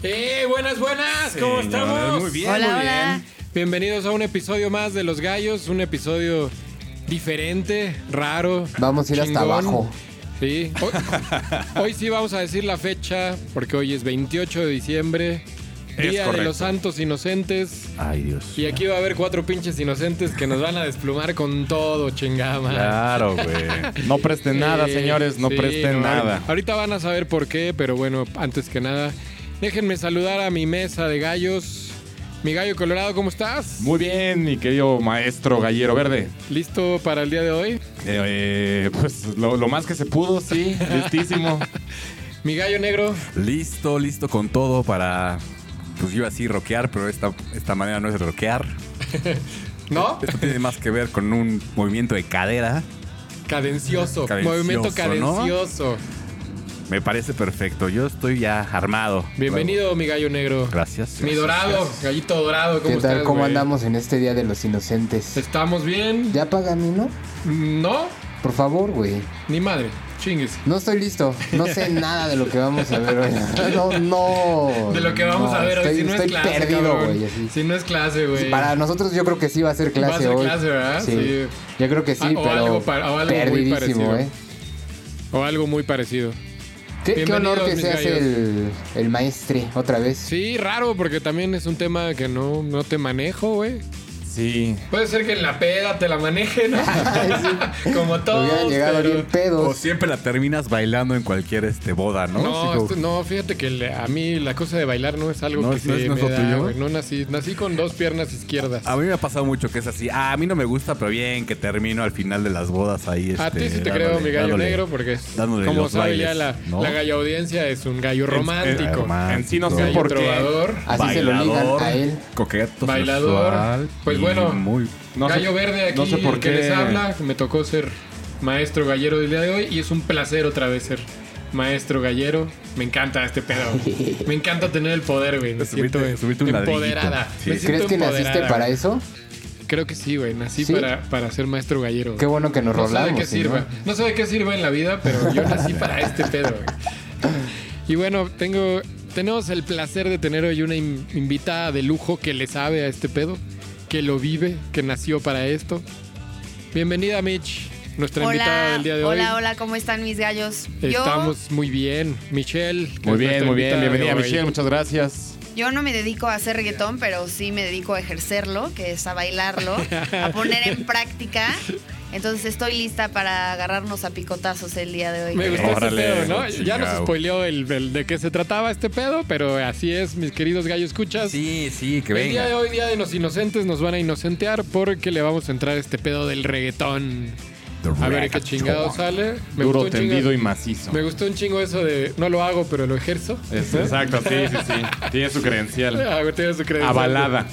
Buenas, ¿cómo estamos? Muy bien, Hola, muy hola. bien. Bienvenidos a un episodio más de Los Gallos, un episodio diferente, raro. Vamos a ir hasta chingón. abajo. Sí. Hoy sí vamos a decir la fecha, porque hoy es 28 de diciembre, Es Día de correcto. los Santos Inocentes. Ay, Dios. Y aquí va a haber 4 pinches inocentes que nos van a desplumar con todo, chingada madre. Claro, güey. No presten nada, señores, no Sí, presten no, nada. Ahorita van a saber por qué, pero bueno, antes que nada, déjenme saludar a mi mesa de gallos. Mi gallo colorado, ¿cómo estás? Muy bien, mi querido maestro gallero verde. ¿Listo para el día de hoy? Pues lo más que se pudo, sí, listísimo. Mi gallo negro. Listo con todo para, pues iba así rockear, pero esta manera no es rockear. ¿No? Esto tiene más que ver con un movimiento de cadera. Cadencioso. Cadencioso, Movimiento ¿no? cadencioso. Me parece perfecto. Yo estoy ya armado. Bienvenido, mi gallo negro. Gracias. Mi dorado, gallito dorado, ¿cómo ¿Qué tal? estás, ¿Cómo güey? andamos en este Día de los Inocentes? ¿Estamos bien? ¿Ya paga mí, no? ¿No? Por favor, güey. Ni madre. Chingues. No estoy listo. No sé nada de lo que vamos a ver hoy. No. De lo que vamos no, a ver hoy. estoy, Si no es estoy clase, perdido, cabrón. güey. Así. Si no es clase, güey. Para nosotros yo creo que sí va a ser clase Va a ser hoy. clase, ¿verdad? Sí. Sí. Yo creo que sí, O pero algo muy perdidísimo, parecido. ¿eh? O algo muy parecido. Qué honor Bienvenidos, que mis seas gallos. el maestre otra vez. Sí, raro, porque también es un tema que no te manejo, güey. Sí. Puede ser que en la peda te la manejen, ¿no? Como todos, Hubieran llegado pero... bien pedos. O siempre la terminas bailando en cualquier boda, ¿no? No, Así como- no, fíjate que a mí la cosa de bailar no es algo ¿No que es- se no es me lo da, tuyo? güey. No nací con 2 piernas izquierdas. A mí me ha pasado mucho que es así. A mí no me gusta, pero bien que termino al final de las bodas ahí. A ti sí te dándole- creo, mi gallo dándole- negro, porque dándole como los sabe ya bailes, ¿no? la gallo audiencia es un gallo romántico. En sí no sé gallo por qué. trovador, Así se lo ligan a él. Coqueto, Bailador. sensual Pues y bueno. muy... No sé- gallo verde aquí, no sé por el que qué. les habla. Me tocó ser maestro gallero del día de hoy y es un placer otra vez ser maestro gallero. Me encanta este pedo. Me encanta tener el poder, güey. Me siento subirte un empoderada. ladrillito. Sí. Me siento ¿Crees que naciste empoderada, para güey. eso? Creo que sí, güey. Nací ¿Sí? para ser maestro gallero. Qué bueno que nos No sé de rolamos. qué ¿sí, sirva. no? No sé de qué sirva en la vida, pero yo nací para este pedo, güey. Y bueno, tenemos el placer de tener hoy una invitada de lujo que le sabe a este pedo, que lo vive, que nació para esto. Bienvenida, Mitch, nuestra invitada del día de hoy. Hola, ¿cómo están mis gallos? Estamos muy bien. Michelle. que Muy es bien, nuestra muy bien. invitada de Bienvenida, hoy. Michelle, muchas gracias. Yo no me dedico a hacer reggaetón, pero sí me dedico a ejercerlo, que es a bailarlo, a poner en práctica. Entonces estoy lista para agarrarnos a picotazos el día de hoy. Me gustó Órale, este pedo, ¿no? Ya nos chingao. spoileó el de qué se trataba este pedo, pero así es, mis queridos gallo escuchas. Sí, que El día de venga. hoy, Día de los Inocentes, nos van a inocentear porque le vamos a entrar a este pedo del reggaetón. A ver qué chingado sale. Me Duro, gustó un tendido chingo- y macizo. Me gustó un chingo eso de no lo hago, pero lo ejerzo. Exacto, sí. Tiene su credencial. Ah, güey, tiene su credencial. Avalada.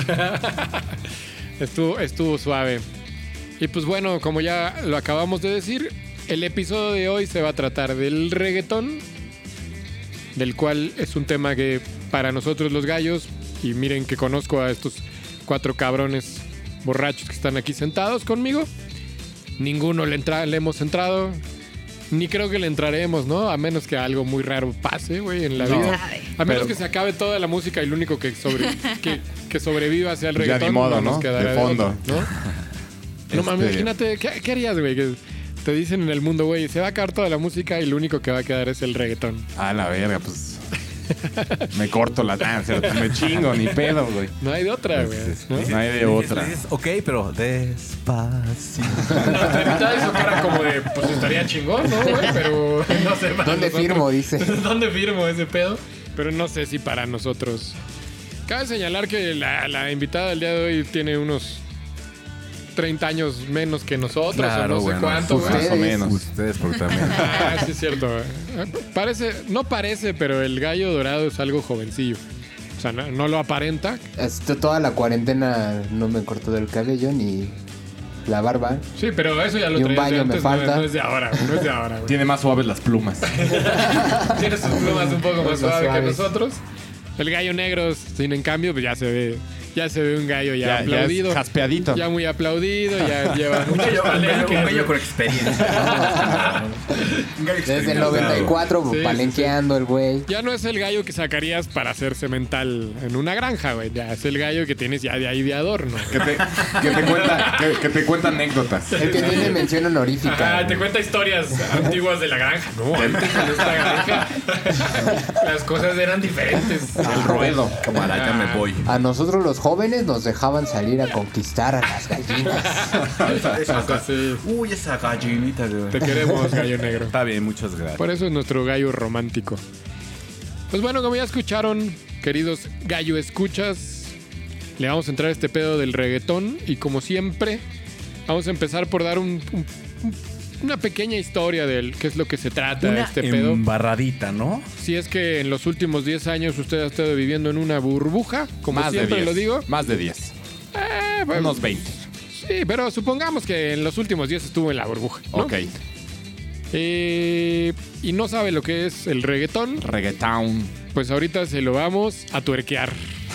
Estuvo suave. Y pues bueno, como ya lo acabamos de decir, el episodio de hoy se va a tratar del reggaetón, del cual es un tema que para nosotros los gallos, y miren que conozco a estos 4 cabrones borrachos que están aquí sentados conmigo, ninguno le hemos entrado, ni creo que le entraremos, ¿no? A menos que algo muy raro pase, güey, en la No. vida. Sabe. A menos Pero- que se acabe toda la música y lo único que sobreviva sea el Ya reggaetón. ni modo, nos ¿no? quedará De fondo. otro, ¿no? No mames, imagínate, ¿qué harías, güey? Que te dicen en el mundo, güey, se va a acabar toda la música y lo único que va a quedar es el reggaetón. A la verga, pues. Me corto la danza, me chingo, ni pedo, güey. No hay de otra, güey. ¿no? No hay de otra. Dices, ok, pero despacito. Ahorita hizo cara como de, pues estaría chingón, ¿no, güey? Pero no sé para ¿Dónde nosotros. firmo? Dice. ¿Dónde firmo ese pedo? Pero no sé si para nosotros. Cabe señalar que la invitada del día de hoy tiene unos 30 años menos que nosotros, Claro, o no sé bueno, cuánto, güey. Más o menos. Ustedes, porque también. Ah, sí es cierto. No parece, pero el gallo dorado es algo jovencillo. O sea, no lo aparenta. Toda la cuarentena no me cortó del cabello ni la barba. Sí, pero eso ya lo Y un traías de baño me antes, falta. no es de ahora, güey, no es de ahora, güey. Tiene más suaves las plumas. Tiene sus plumas un poco más Más suaves que suaves. nosotros. El gallo negro, sin en cambio, pues ya se ve Ya se ve un gallo ya Ya aplaudido. es jaspeadito. Ya muy aplaudido, ya lleva Un muchos palenques. gallo con experiencia. Un gallo Desde el experimentado. 94 Sí, palenqueando el güey. Ya no es el gallo que sacarías para hacer cemental en una granja, güey. Ya es el gallo que tienes ya de ahí de adorno. Que te cuenta anécdotas. El que tiene mención honorífica. Ah, te cuenta historias antiguas de la granja. No, antes en esta granja las cosas eran diferentes. El ruedo. Camarada, ya me voy. A nosotros los jóvenes nos dejaban salir a conquistar a las gallinas. Sí. Uy, esa gallinita. güey. Te queremos, gallo negro. Está bien, muchas gracias. Por eso es nuestro gallo romántico. Pues bueno, como ya escucharon, queridos gallo escuchas, le vamos a entrar a este pedo del reggaetón. Y como siempre, vamos a empezar por dar una pequeña historia de qué es lo que se trata Una este pedo. embarradita, ¿no? Si es que en los últimos 10 años usted ha estado viviendo en una burbuja, como Más de siempre 10. lo digo. Más de 10. Bueno, Unos 20. sí, pero supongamos que en los últimos 10 estuvo en la burbuja, ¿no? Ok. Y no sabe lo que es el reggaetón, Reggaetown. pues ahorita se lo vamos a tuerquear.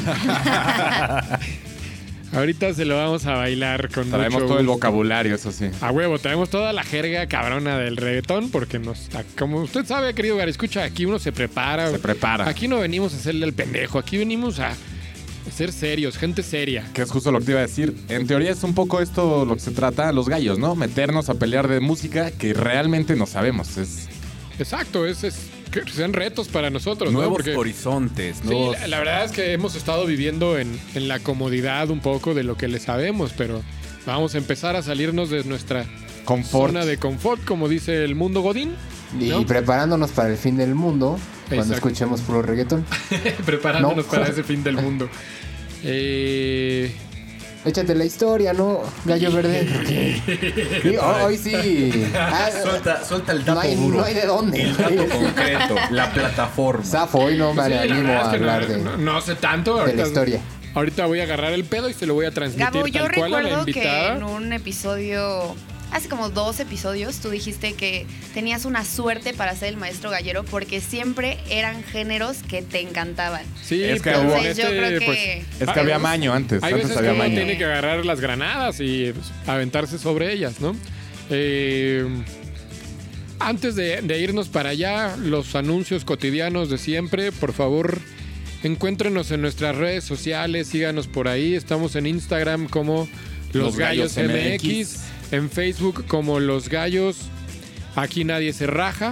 Ahorita se lo vamos a bailar con Traemos mucho todo el gusto. vocabulario, eso sí. A huevo, traemos toda la jerga cabrona del reggaetón porque como usted sabe, querido Gary, escucha, aquí uno se prepara. Se prepara. Aquí no venimos a hacerle el pendejo, aquí venimos a ser serios, gente seria. Que es justo lo que te iba a decir. En teoría es un poco esto lo que se trata los gallos, ¿no? Meternos a pelear de música que realmente no sabemos. Es Exacto, es que sean retos para nosotros, ¿no? Nuevos Porque horizontes, sí, nuevos... la verdad es que hemos estado viviendo en la comodidad un poco de lo que le sabemos, pero vamos a empezar a salirnos de nuestra confort. zona de confort, como dice el mundo Godín. Y ¿no? preparándonos para el fin del mundo cuando Exacto. escuchemos puro reggaetón. Preparándonos No. para ese fin del mundo. Échate la historia, ¿no? Gallo verde. Sí, hoy sí. Ah, Suelta el no dato hay, duro. no hay de dónde. El dato concreto, la plataforma. Zafo, hoy no me Sí, la animo verdad a es que hablar no sé tanto. de la historia. Ahorita voy a agarrar el pedo y se lo voy a transmitir Gabo, yo tal cual a la recuerdo que invitada. en un episodio, hace como 2 episodios, tú dijiste que tenías una suerte para ser el maestro gallero porque siempre eran géneros que te encantaban. Sí, Es que pero hubo- en Entonces yo creo que... pues, Es que había maño antes. hay Antes veces había que uno maño. tiene que agarrar las granadas y pues, aventarse sobre ellas, ¿no? Antes de irnos para allá, los anuncios cotidianos de siempre, por favor, encuéntrenos en nuestras redes sociales, síganos por ahí. Estamos en Instagram como Los Gallos MX, en Facebook como Los Gallos, Aquí Nadie Se Raja.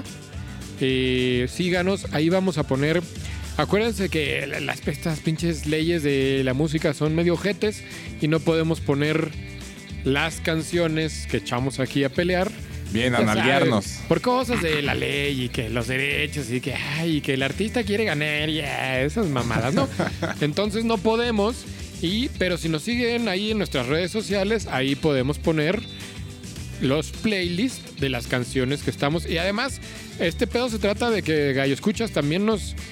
Síganos, ahí vamos a poner... Acuérdense que estas pinches leyes de la música son medio ojetes y no podemos poner las canciones que echamos aquí a pelear. Bien, a Ya nalguearnos. sabes, por cosas de la ley y que los derechos y que, ay, que el artista quiere ganar y esas mamadas, ¿no? Entonces no podemos, pero si nos siguen ahí en nuestras redes sociales, ahí podemos poner los playlists de las canciones que estamos. Y además, este pedo se trata de que Gallo Escuchas también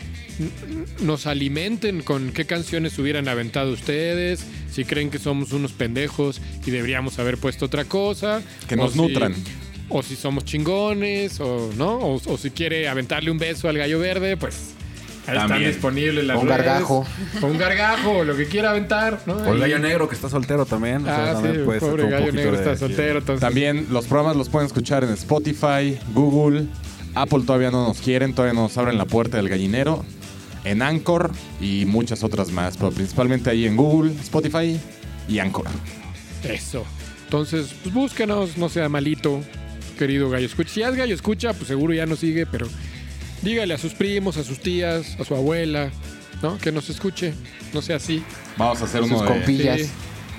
nos alimenten con qué canciones hubieran aventado ustedes, si creen que somos unos pendejos y deberíamos haber puesto otra cosa. Que o nos nutran. O si somos chingones, o no, o si quiere aventarle un beso al gallo verde, pues ahí están También. disponibles las Un redes. gargajo. O un gargajo, o lo que quiera aventar, ¿no? O el Ahí. gallo negro que está soltero también. o sea, Ah, también sí, puede ser pobre un gallo poquito negro de- está soltero, entonces. También los programas los pueden escuchar en Spotify, Google, Apple todavía no nos quieren, todavía no nos abren la puerta del gallinero, en Anchor y muchas otras más, pero principalmente ahí en Google, Spotify y Anchor. Eso. Entonces, pues búsquenos, no sea malito, querido Gallo Escucha. Si es Gallo Escucha, pues seguro ya nos sigue, pero dígale a sus primos, a sus tías, a su abuela, ¿no? Que nos escuche, no sea así. Vamos a hacer Sus uno de... compillas. Sí.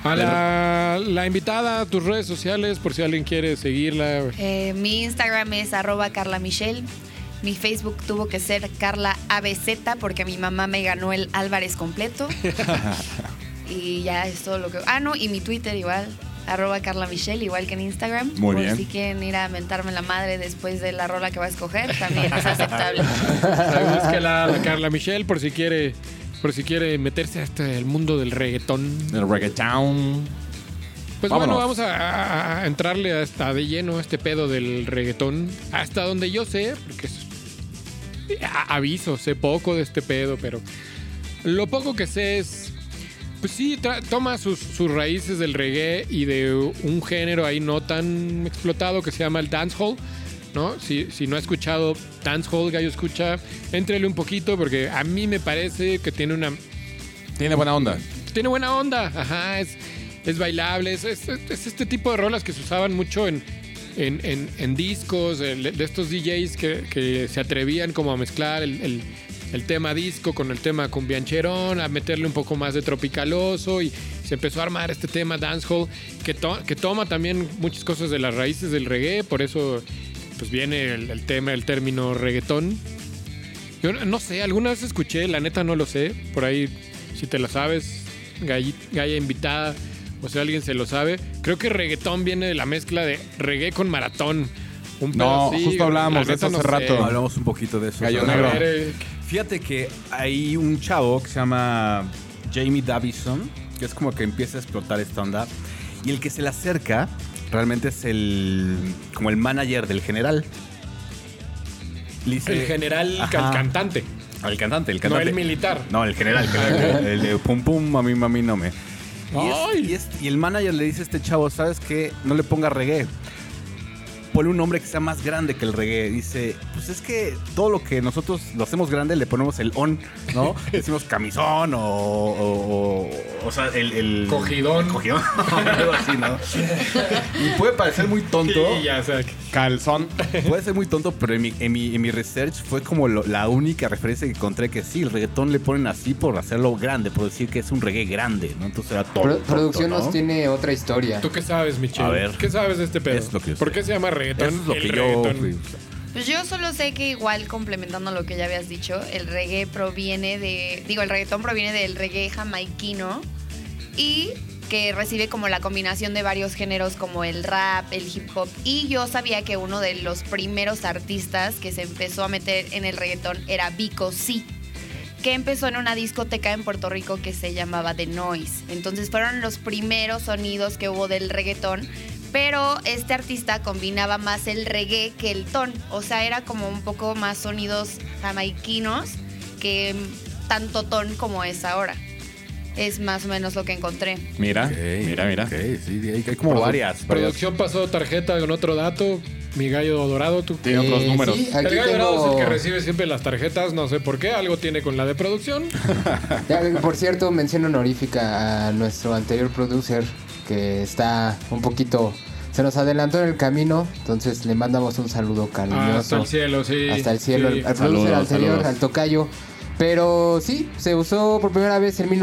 A la invitada, tus redes sociales, por si alguien quiere seguirla. Mi Instagram es @carlamichelle. Mi Facebook tuvo que ser Carla ABZ porque mi mamá me ganó el Álvarez completo. Y ya es todo lo que... Ah, no, y mi Twitter igual, @carlamichelle, igual que en Instagram. Muy por bien. si quieren ir a mentarme la madre después de la rola que va a escoger, también es aceptable. Búsquela a la Carla Michelle por si quiere meterse hasta el mundo del reggaetón. El reggaetown. Pues Vámonos. bueno, vamos a entrarle hasta de lleno a este pedo del reggaetón. Hasta donde yo sé, porque aviso, sé poco de este pedo, pero lo poco que sé es Pues sí, toma sus raíces del reggae y de un género ahí no tan explotado que se llama el dancehall, ¿no? Si no ha escuchado dancehall, Gallo escucha, éntrele un poquito porque a mí me parece que tiene buena onda. Tiene buena onda, ajá, es bailable, es este tipo de rolas que se usaban mucho en discos, de estos DJs que se atrevían como a mezclar el tema disco con el tema cumbiancherón, a meterle un poco más de tropicaloso y se empezó a armar este tema dancehall que toma también muchas cosas de las raíces del reggae, por eso pues viene el término reggaetón. Yo no sé, alguna vez escuché, la neta no lo sé, por ahí si te lo sabes, Galla invitada, o sea, alguien se lo sabe. Creo que reggaetón viene de la mezcla de reggae con maratón. Justo hablábamos de eso hace rato. Hablamos un poquito de eso. Gallo Negro. Fíjate que hay un chavo que se llama Jamie Davison, que es como que empieza a explotar esta onda. Y el que se le acerca realmente es como el manager del general. El general cantante. El cantante. No el militar. No, el general. El de pum pum, mami, no me. Y el manager le dice a este chavo, ¿sabes qué? No le ponga reggae. Ponle un nombre que sea más grande que el reggae. Dice, pues es que todo lo que nosotros lo hacemos grande le ponemos el on, ¿no? Decimos camisón o sea, el cogidón. Algo así, ¿no? Y puede parecer muy tonto. Sí, ya sé. Calzón. Puede ser muy tonto, pero en mi research fue como la única referencia que encontré que sí, el reggaetón le ponen así por hacerlo grande, por decir que es un reggae grande, ¿no? Entonces era tonto. Producción ¿no? nos tiene otra historia. ¿Tú qué sabes, Michelle? A ver. ¿Qué sabes de este pedo? Es lo que yo sé. ¿Por qué se llama reggaetón? Eso es lo que reggaetón. yo fui. Pues yo solo sé que igual complementando lo que ya habías dicho, el reggaetón proviene del reggae jamaiquino y que recibe como la combinación de varios géneros como el rap, el hip hop. Y yo sabía que uno de los primeros artistas que se empezó a meter en el reggaetón era Vico C, que empezó en una discoteca en Puerto Rico que se llamaba The Noise. Entonces fueron los primeros sonidos que hubo del reggaetón, pero este artista combinaba más el reggae que el ton. O sea, era como un poco más sonidos jamaiquinos que tanto ton como es ahora. Es más o menos lo que encontré. Mira. Ok, sí, hay como varias. Producción pasó tarjeta con otro dato. Mi Gallo Dorado, tú Tiene otros números. Sí, el aquí Gallo Dorado es el tengo... que recibe siempre las tarjetas, no sé por qué, algo tiene con la de producción. Por cierto, mención honorífica a nuestro anterior producer, que está un poquito... Se nos adelantó en el camino, entonces le mandamos un saludo cariñoso. Hasta el cielo, sí. Hasta el cielo, sí. al producer anterior, saludos. al tocayo. Pero sí, se usó por primera vez en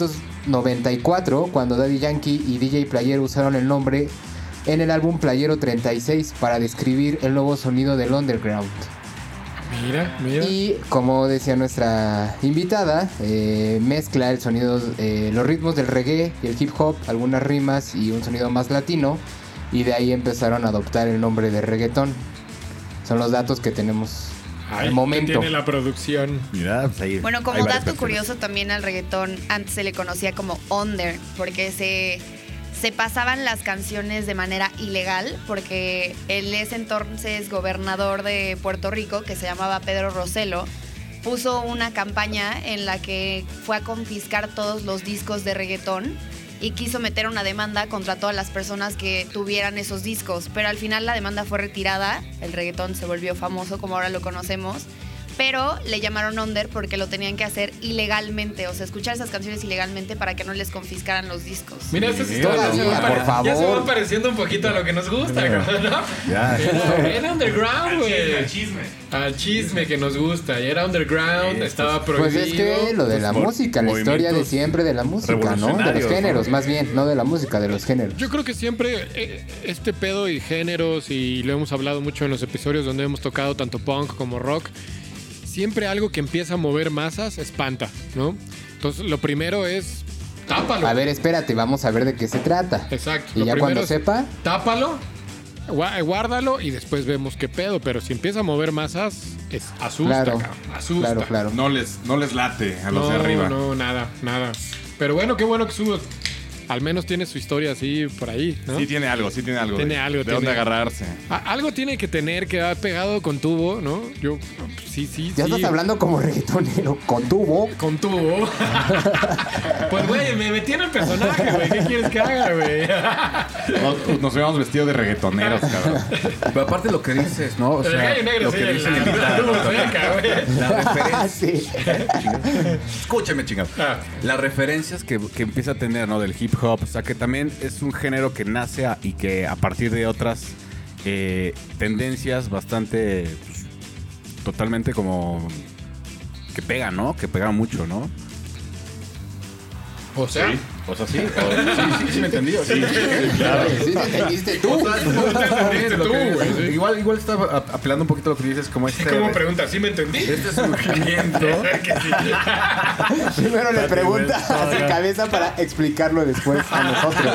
1994, cuando Daddy Yankee y DJ Playero usaron el nombre en el álbum Playero 36 para describir el nuevo sonido del underground. Mira. Y como decía nuestra invitada, mezcla el sonido, los ritmos del reggae y el hip hop, algunas rimas y un sonido más latino. Y de ahí empezaron a adoptar el nombre de reggaetón. Son los datos que tenemos al momento. Tiene la producción. Mira, pues ahí Bueno, hay como varias dato versiones. curioso también al reggaetón, antes se le conocía como under, porque se pasaban las canciones de manera ilegal, porque el ese entonces gobernador de Puerto Rico, que se llamaba Pedro Rosselló, puso una campaña en la que fue a confiscar todos los discos de reggaetón y quiso meter una demanda contra todas las personas que tuvieran esos discos, pero al final la demanda fue retirada, el reggaetón se volvió famoso como ahora lo conocemos, pero le llamaron under porque lo tenían que hacer ilegalmente, o sea, escuchar esas canciones ilegalmente para que no les confiscaran los discos. Mira, estas Mira, historias por favor. ya se van pareciendo un poquito a lo que nos gusta, ¿no? Ya. Era underground, güey. Al chisme que nos gusta. Y era underground, estaba prohibido. Pues es que lo de la por música, la historia de movimientos siempre de la música, ¿no? De los revolucionarios, géneros, ¿no? más bien, no de la música, de los géneros. Yo creo que siempre este pedo y géneros, y lo hemos hablado mucho en los episodios donde hemos tocado tanto punk como rock, siempre algo que empieza a mover masas espanta, ¿no? Entonces lo primero es tápalo. A ver, espérate, vamos a ver de qué se trata. Exacto. Y Lo ya primero cuando es sepa, tápalo, guárdalo y después vemos qué pedo. Pero si empieza a mover masas, asusta, claro, cabrón, asusta. claro. No les late a los de arriba. No, nada. Pero bueno, qué bueno que al menos tiene su historia así por ahí, ¿no? Sí tiene algo. Tiene algo, De tiene- dónde agarrarse. Algo tiene que tener que ha pegado con tubo, ¿no? Yo, sí. Ya estás hablando como reggaetonero, con tubo. Con tubo. Pues, güey, me metí en el personaje, güey. ¿Qué quieres que haga, güey? Nos habíamos vestido de reggaetoneros, cabrón. Pero aparte lo que dices, ¿no? O El sea, gallo negro, lo sí, que dice el la invitado. tubo ¿no? seca, güey. La referencia. Sí. Escúchame, chingado. Ah. Las referencias que empieza a tener, ¿no? Del hip hop. O sea, que también es un género que nace y que a partir de otras tendencias bastante, pues, totalmente como que pegan, ¿no? Que pegan mucho, ¿no? O sea, O sea, sí. Sí me entendí. Sí, Claro. Sí, te entendiste tú. entendiste tú, güey, sí. Igual estaba apelando un poquito a lo que dices, como ¿cómo preguntas? ¿Sí me entendí? este surgimiento. Que sí. Primero le pregunta a su cabeza para explicarlo después a nosotros.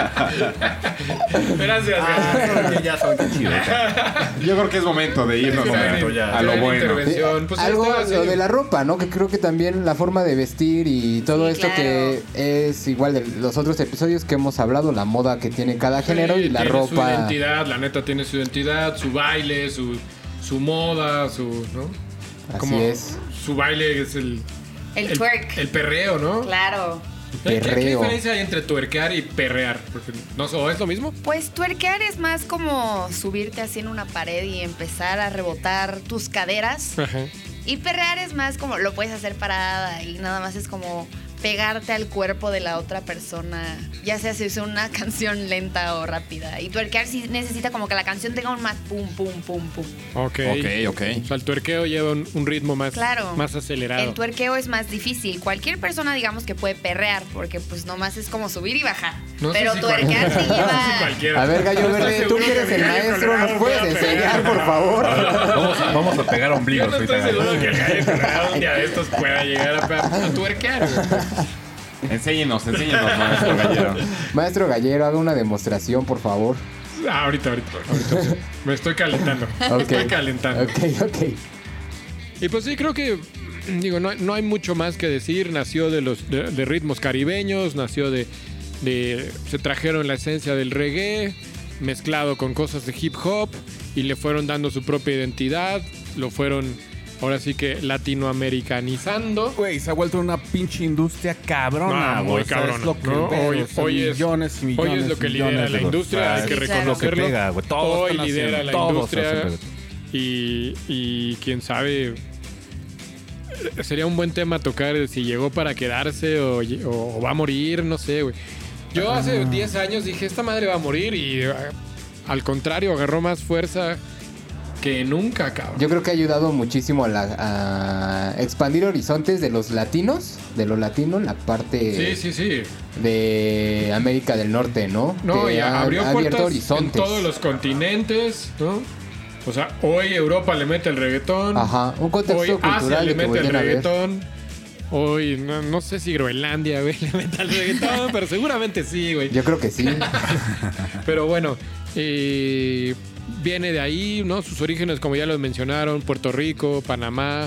Gracias, güey. Ya saben qué chido. Yo creo que es momento de irnos a lo bueno. Intervención. Pues Algo ahí está, lo sí. de la ropa, ¿no? Que creo que también la forma de vestir y todo Sí, esto claro. que es igual de los otros episodios que hemos hablado, la moda que tiene cada género y la tiene ropa. Su identidad, la neta tiene su identidad, su baile, su moda, ¿no? Así es. Su baile es el twerk. El perreo, ¿no? Claro. ¿Qué Perreo. diferencia hay entre tuerquear y perrear? Porque no ¿o es lo mismo? Pues twerkear es más como subirte así en una pared y empezar a rebotar tus caderas. Ajá. Y perrear es más como lo puedes hacer parada y nada más es como pegarte al cuerpo de la otra persona, ya sea si es una canción lenta o rápida. Y twerkear sí necesita como que la canción tenga un más pum, pum, pum, pum. Ok. Ok. O sea, el tuerqueo lleva un ritmo más, Claro. más acelerado. El tuerqueo es más difícil. Cualquier persona, digamos, que puede perrear, porque pues nomás es como subir y bajar. No sé Pero si tuerkear sí No sé si lleva... cualquiera. A ver, Gallo No estoy Verde, tú seguro que eres mi el gallo maestro, colorado ¿nos puedes pueda enseñar, perrear. por favor? Vamos a pegar Yo ombligos no estoy ahorita. seguro que el gallo colorado un día de estos pueda llegar a tuerquear. güey. Enséñenos, maestro Gallero. Maestro Gallero, haga una demostración, por favor. Ahorita sí. Me estoy calentando. Me estoy calentando. Ok. Y pues sí, creo que, digo, no hay mucho más que decir. Nació de ritmos caribeños, nació se trajeron la esencia del reggae, mezclado con cosas de hip hop, y le fueron dando su propia identidad, lo fueron, ahora sí que latinoamericanizando. Güey, se ha vuelto una pinche industria cabrona, No, güey. muy O sea, cabrona, es lo que ¿no? veo, Hoy- o sea, hoy es- millones y millones. Hoy es lo que millones lidera la de industria, hay que Sí, claro. reconocerlo. Lo que pega, güey. Todos Hoy están lidera haciendo, la todos industria hacen. y quién sabe, sería un buen tema tocar si llegó para quedarse o va a morir, no sé, güey. Yo hace 10 años dije, esta madre va a morir y al contrario, agarró más fuerza que nunca, cabrón. Yo creo que ha ayudado muchísimo a expandir horizontes de los latinos, de lo latino, la parte Sí. de América del Norte, ¿no? No, Que y abrió ha abierto puertas en horizontes. todos los continentes, ¿no? O sea, hoy Europa le mete el reggaetón. Ajá, un contexto Hoy Asia cultural le de que mete el volvían a ver. reggaetón. Hoy, no sé si Groenlandia, güey, le mete el reggaetón, pero seguramente sí, güey. Yo creo que sí. Pero bueno, viene de ahí, ¿no? Sus orígenes, como ya los mencionaron, Puerto Rico, Panamá,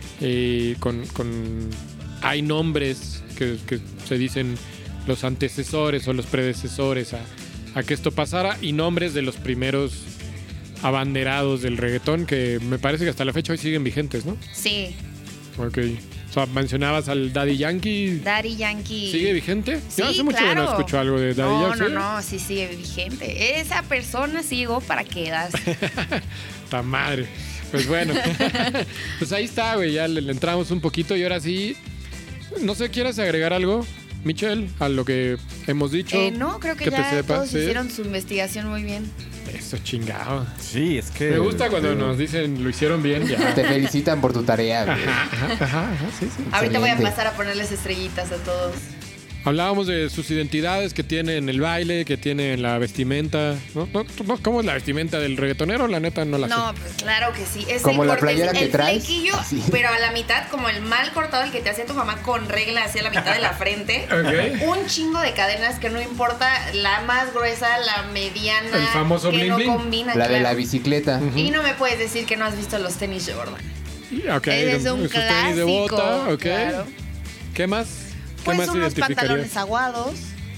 hay nombres que se dicen los antecesores o los predecesores a que esto pasara, y nombres de los primeros abanderados del reggaetón que me parece que hasta la fecha hoy siguen vigentes, ¿no? Sí. Ok. O sea, mencionabas al Daddy Yankee. Daddy Yankee. ¿Sigue vigente? Sí, Yo hace mucho que no claro. escucho algo de Daddy Yankee. No, sí sigue vigente. Esa persona sí llegó para quedarse. ¡Ta madre! Pues bueno. Pues ahí está, güey. Ya le entramos un poquito y ahora sí. No sé, ¿quieres agregar algo, Michelle, a lo que hemos dicho? No, creo que Que te ya sepas, todos sí. hicieron su investigación muy bien. Eso, chingado. Sí, es que... Me gusta cuando nos dicen lo hicieron bien. Ya. Te felicitan por tu tarea, güey. Ajá, sí. Ahorita voy a Excelente. pasar a ponerles estrellitas a todos. Hablábamos de sus identidades que tiene en el baile, que tiene en la vestimenta. ¿No? ¿Cómo es la vestimenta del reggaetonero? La neta no la No, pues claro que sí. Es Como el la corte, playera es que el traes. flequillo, Así. pero a la mitad, como el mal cortado, el que te hacía tu mamá con regla hacia la mitad de la frente. sé. Ok. Un chingo de cadenas que no importa la más gruesa, la mediana. El famoso que bling no bling. combina. La de la claro. bicicleta. Y no me puedes decir que no has visto los tenis Jordan. Ok, Ese es un sus tenis de clásico, bota, ok. claro. ¿Qué más? ¿Qué Pues más unos identificarías? pantalones aguados.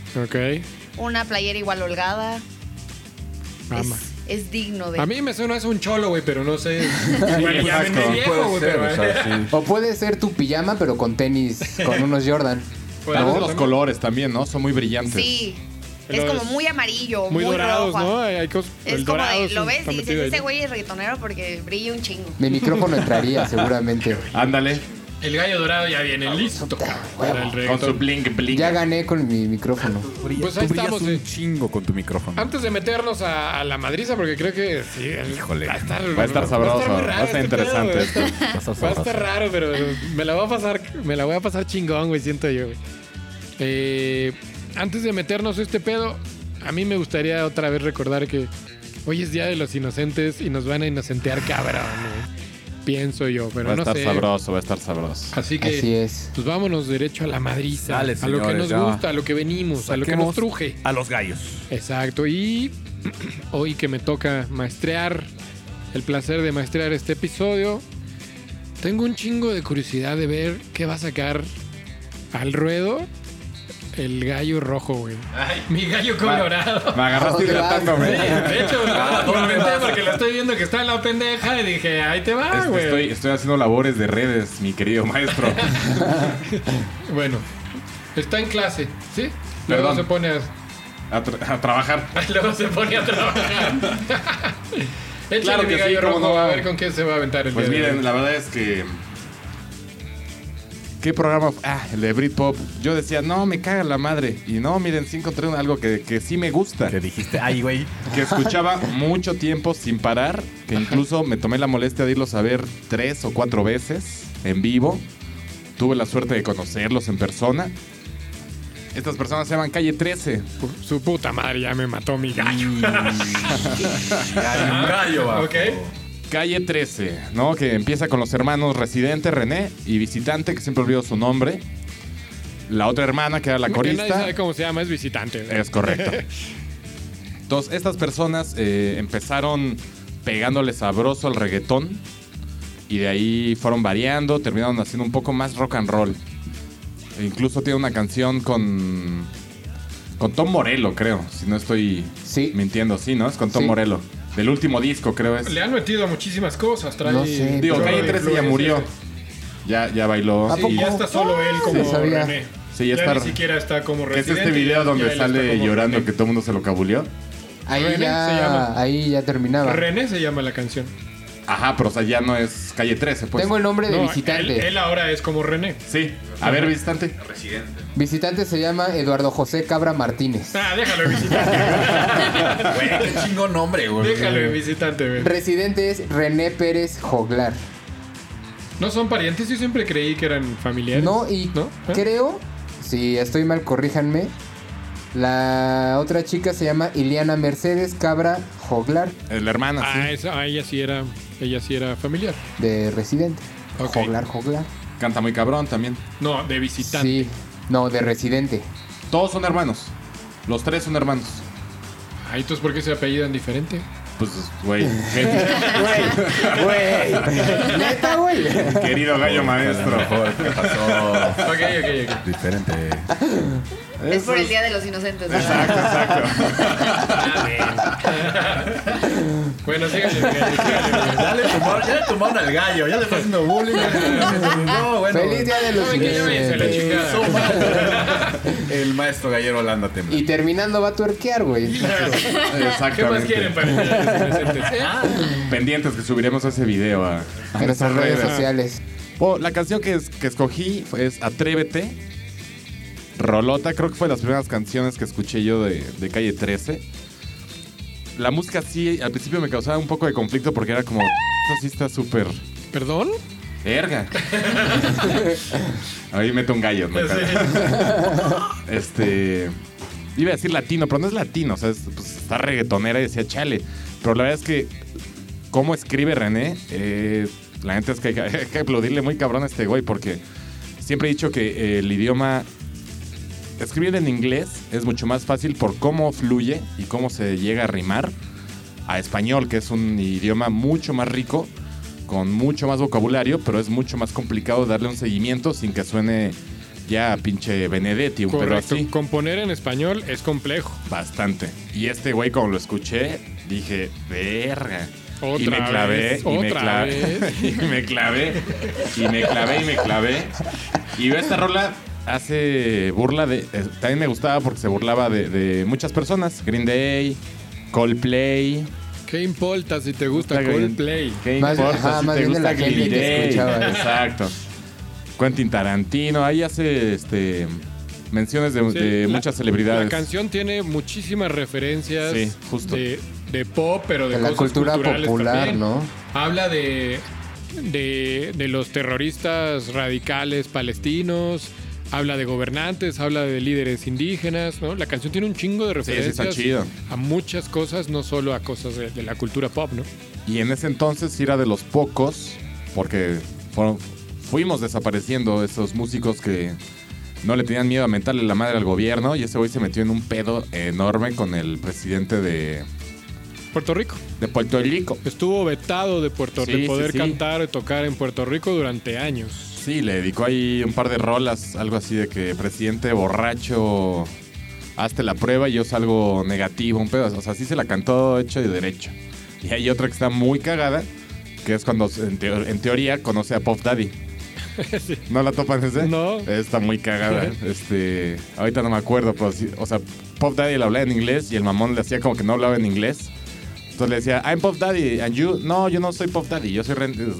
Ok. Una playera igual holgada. Ama. Es digno de... A mí me suena es un cholo, güey, pero no sé. Igual ya exacto. vendí viejo, güey, Puede ser, pero... o sea, sí. O puede ser tu pijama, pero con tenis, con unos Jordan. Puede Tal vez ser los también. colores también, ¿no? Son muy brillantes. Sí. Es Los- como muy amarillo, Muy dorados, rojo. ¿no? Hay cosas... Es el como dorado de, lo ves está y metido dices, ahí, ese ¿no? güey es reggaetonero porque brilla un chingo. Mi micrófono entraría seguramente. Ándale, El gallo dorado ya viene listo para el con su reggaetón. blink blink. Ya gané con mi micrófono. Pues Tú ahí brillas estamos, un chingo con tu micrófono. Antes de meternos a la madriza, porque creo que sí, Híjole. va a estar sabroso, muy va raro a estar este interesante pedo, esto. güey. Va a estar raro, pero me la voy a pasar chingón, güey, siento yo, güey. Antes de meternos a este pedo, a mí me gustaría otra vez recordar que hoy es Día de los Inocentes y nos van a inocentear cabrón, güey. Pienso yo, pero Va a no estar sé. sabroso, va a estar sabroso. Así que, Así es. pues vámonos derecho a la madriza, Dale, a lo que señores, nos ya. gusta, a lo que venimos, a lo que nos Saquemos truje. a los gallos. Exacto, y hoy que me toca maestrear, el placer de maestrear este episodio, tengo un chingo de curiosidad de ver qué va a sacar al ruedo el gallo rojo, güey. Ay, mi gallo colorado. Me agarraste hidratándome. De hecho, lo comenté porque lo estoy viendo que está en la pendeja y dije, ahí te va, güey. Estoy haciendo labores de redes, mi querido maestro. Bueno, está en clase, ¿sí? Luego Perdón. se pone A trabajar. luego se pone a trabajar. Échale Claro mi que sí, gallo cómo rojo, no. a ver con qué se va a aventar el Pues día de miren, hoy. la verdad es que... ¿Qué programa? El de Britpop. Yo decía, no, me caga la madre. Y no, miren, sí encontré algo que sí me gusta. Que dijiste, ay, güey. Que escuchaba mucho tiempo sin parar. Que incluso me tomé la molestia de irlos a ver 3 o 4 veces en vivo. Tuve la suerte de conocerlos en persona. Estas personas se llaman Calle 13. Su puta madre ya me mató mi gallo. Hay un gallo bajo. Ok. Calle 13, ¿no? Que empieza con los hermanos Residente, René, y Visitante, que siempre olvido su nombre. La otra hermana, que era la Que nadie corista. sabe cómo se llama, es visitante. güey. Es correcto. Entonces, estas personas empezaron pegándole sabroso al reggaetón. Y de ahí fueron variando, terminaron haciendo un poco más rock and roll. E incluso tiene una canción con Tom Morello, creo. Si no estoy Sí. mintiendo, sí, ¿no? Es con Tom Sí. Morello. Del último disco, creo es. Le han metido muchísimas cosas. Trae No sé, Digo, pero- Calle 13 ya murió. Ya bailó. ¿A Y poco? ya está solo él como Sí, sabía. René. Sí, ya ya está- ni siquiera está como Que es residente. este video ya donde él está sale como llorando René. que todo el mundo se lo cabuleó. Ahí René se llama. ahí ya terminaba. René se llama la canción. Ajá, pero o sea, ya no es Calle 13, pues. Tengo el nombre de No, visitante. él ahora es como René. Sí. A ver, visitante. Visitante se llama Eduardo José Cabra Martínez. Ah, déjalo en visitante. Güey, qué chingón nombre, güey. Déjalo en visitante, güey. Residente es René Pérez Joglar. ¿No son parientes? Yo siempre creí que eran familiares. No, y ¿No? ¿Eh? creo, si estoy mal, corríjanme. La otra chica se llama Iliana Mercedes Cabra Joglar, La hermana, sí. Ella sí era familiar. de Residente. Ok. Joglar. Canta muy cabrón también. No, de visitante. Sí, no, de Residente. Todos son hermanos. Los 3 son hermanos. Ah, entonces ¿por qué se apellidan diferente? Pues, güey. Güey. Neta, güey. Querido gallo maestro. ¿Qué pasó? Ok. Diferente. Es por el Día de los Inocentes, ¿verdad? Bueno, síganle. Dale, ya le tomaron al gallo, ya le está haciendo bullying. No, bueno. Feliz Día de los ¿Saben qué? Ya váyanse a la Inocentes. chingada. El maestro gallero Holanda tembla. Y terminando va a tuerquear, güey. Exactamente. ¿Qué más quieren para el Día de los Inocentes? Pendientes que subiremos ese video a En nuestras redes redes. sociales. La canción que escogí es Atrévete. Rolota, creo que fue de las primeras canciones que escuché yo de Calle 13. La música sí, al principio me causaba un poco de conflicto porque era como, esto sí está súper ¿Perdón? verga. Ahí meto un gallo, ¿no? Iba a decir latino, pero no es latino, o sea, pues, está reggaetonera y decía chale. Pero la verdad es que, cómo escribe René, la neta es que hay que aplaudirle muy cabrón a este güey, porque siempre he dicho que el idioma, escribir en inglés es mucho más fácil por cómo fluye y cómo se llega a rimar a español, que es un idioma mucho más rico, con mucho más vocabulario, pero es mucho más complicado darle un seguimiento sin que suene ya pinche Benedetti, un pedo Correcto. así. Componer en español es complejo. Bastante. Y este güey, cuando lo escuché, dije, verga. Otra y me clavé, vez, y me otra clavé, vez. y me clavé, y me clavé, y me clavé. Y esta rola hace burla de... también me gustaba porque se burlaba de muchas personas. Green Day, Coldplay. ¿Qué importa si te gusta Está bien. Coldplay? ¿Qué Más- importa ajá, si más te bien de gusta la gente Green que Day? escuchaba eso. Exacto. Quentin Tarantino, ahí hace menciones de muchas celebridades. La canción tiene muchísimas referencias Sí, justo. de pop, pero de De la cosas cultura culturales popular, también. ¿no? Habla de los terroristas radicales palestinos, habla de gobernantes, habla de líderes indígenas, ¿no? La canción tiene un chingo de Sí, sí, referencias está chido. a muchas cosas, no solo a cosas de la cultura pop, ¿no? Y en ese entonces sí era de los pocos, porque fuimos desapareciendo esos músicos que no le tenían miedo a mentarle la madre al gobierno, y ese güey se metió en un pedo enorme con el presidente de Puerto Rico. Puerto Rico. Estuvo vetado de Sí, de poder sí, sí. cantar y tocar en Puerto Rico durante años. Sí, le dedicó ahí un par de rolas, algo así de que presidente borracho, hazte la prueba y yo salgo negativo, un pedo. O sea, sí se la cantó hecho y derecho. Y hay otra que está muy cagada, que es cuando en teoría conoce a Puff Daddy. Sí. ¿No la topan ese? No. Está muy cagada. Ahorita no me acuerdo, pero sí, o sea, Puff Daddy le hablaba en inglés y el mamón le hacía como que no hablaba en inglés. Entonces le decía, I'm Puff Daddy, and you, no, yo no soy Puff Daddy, yo soy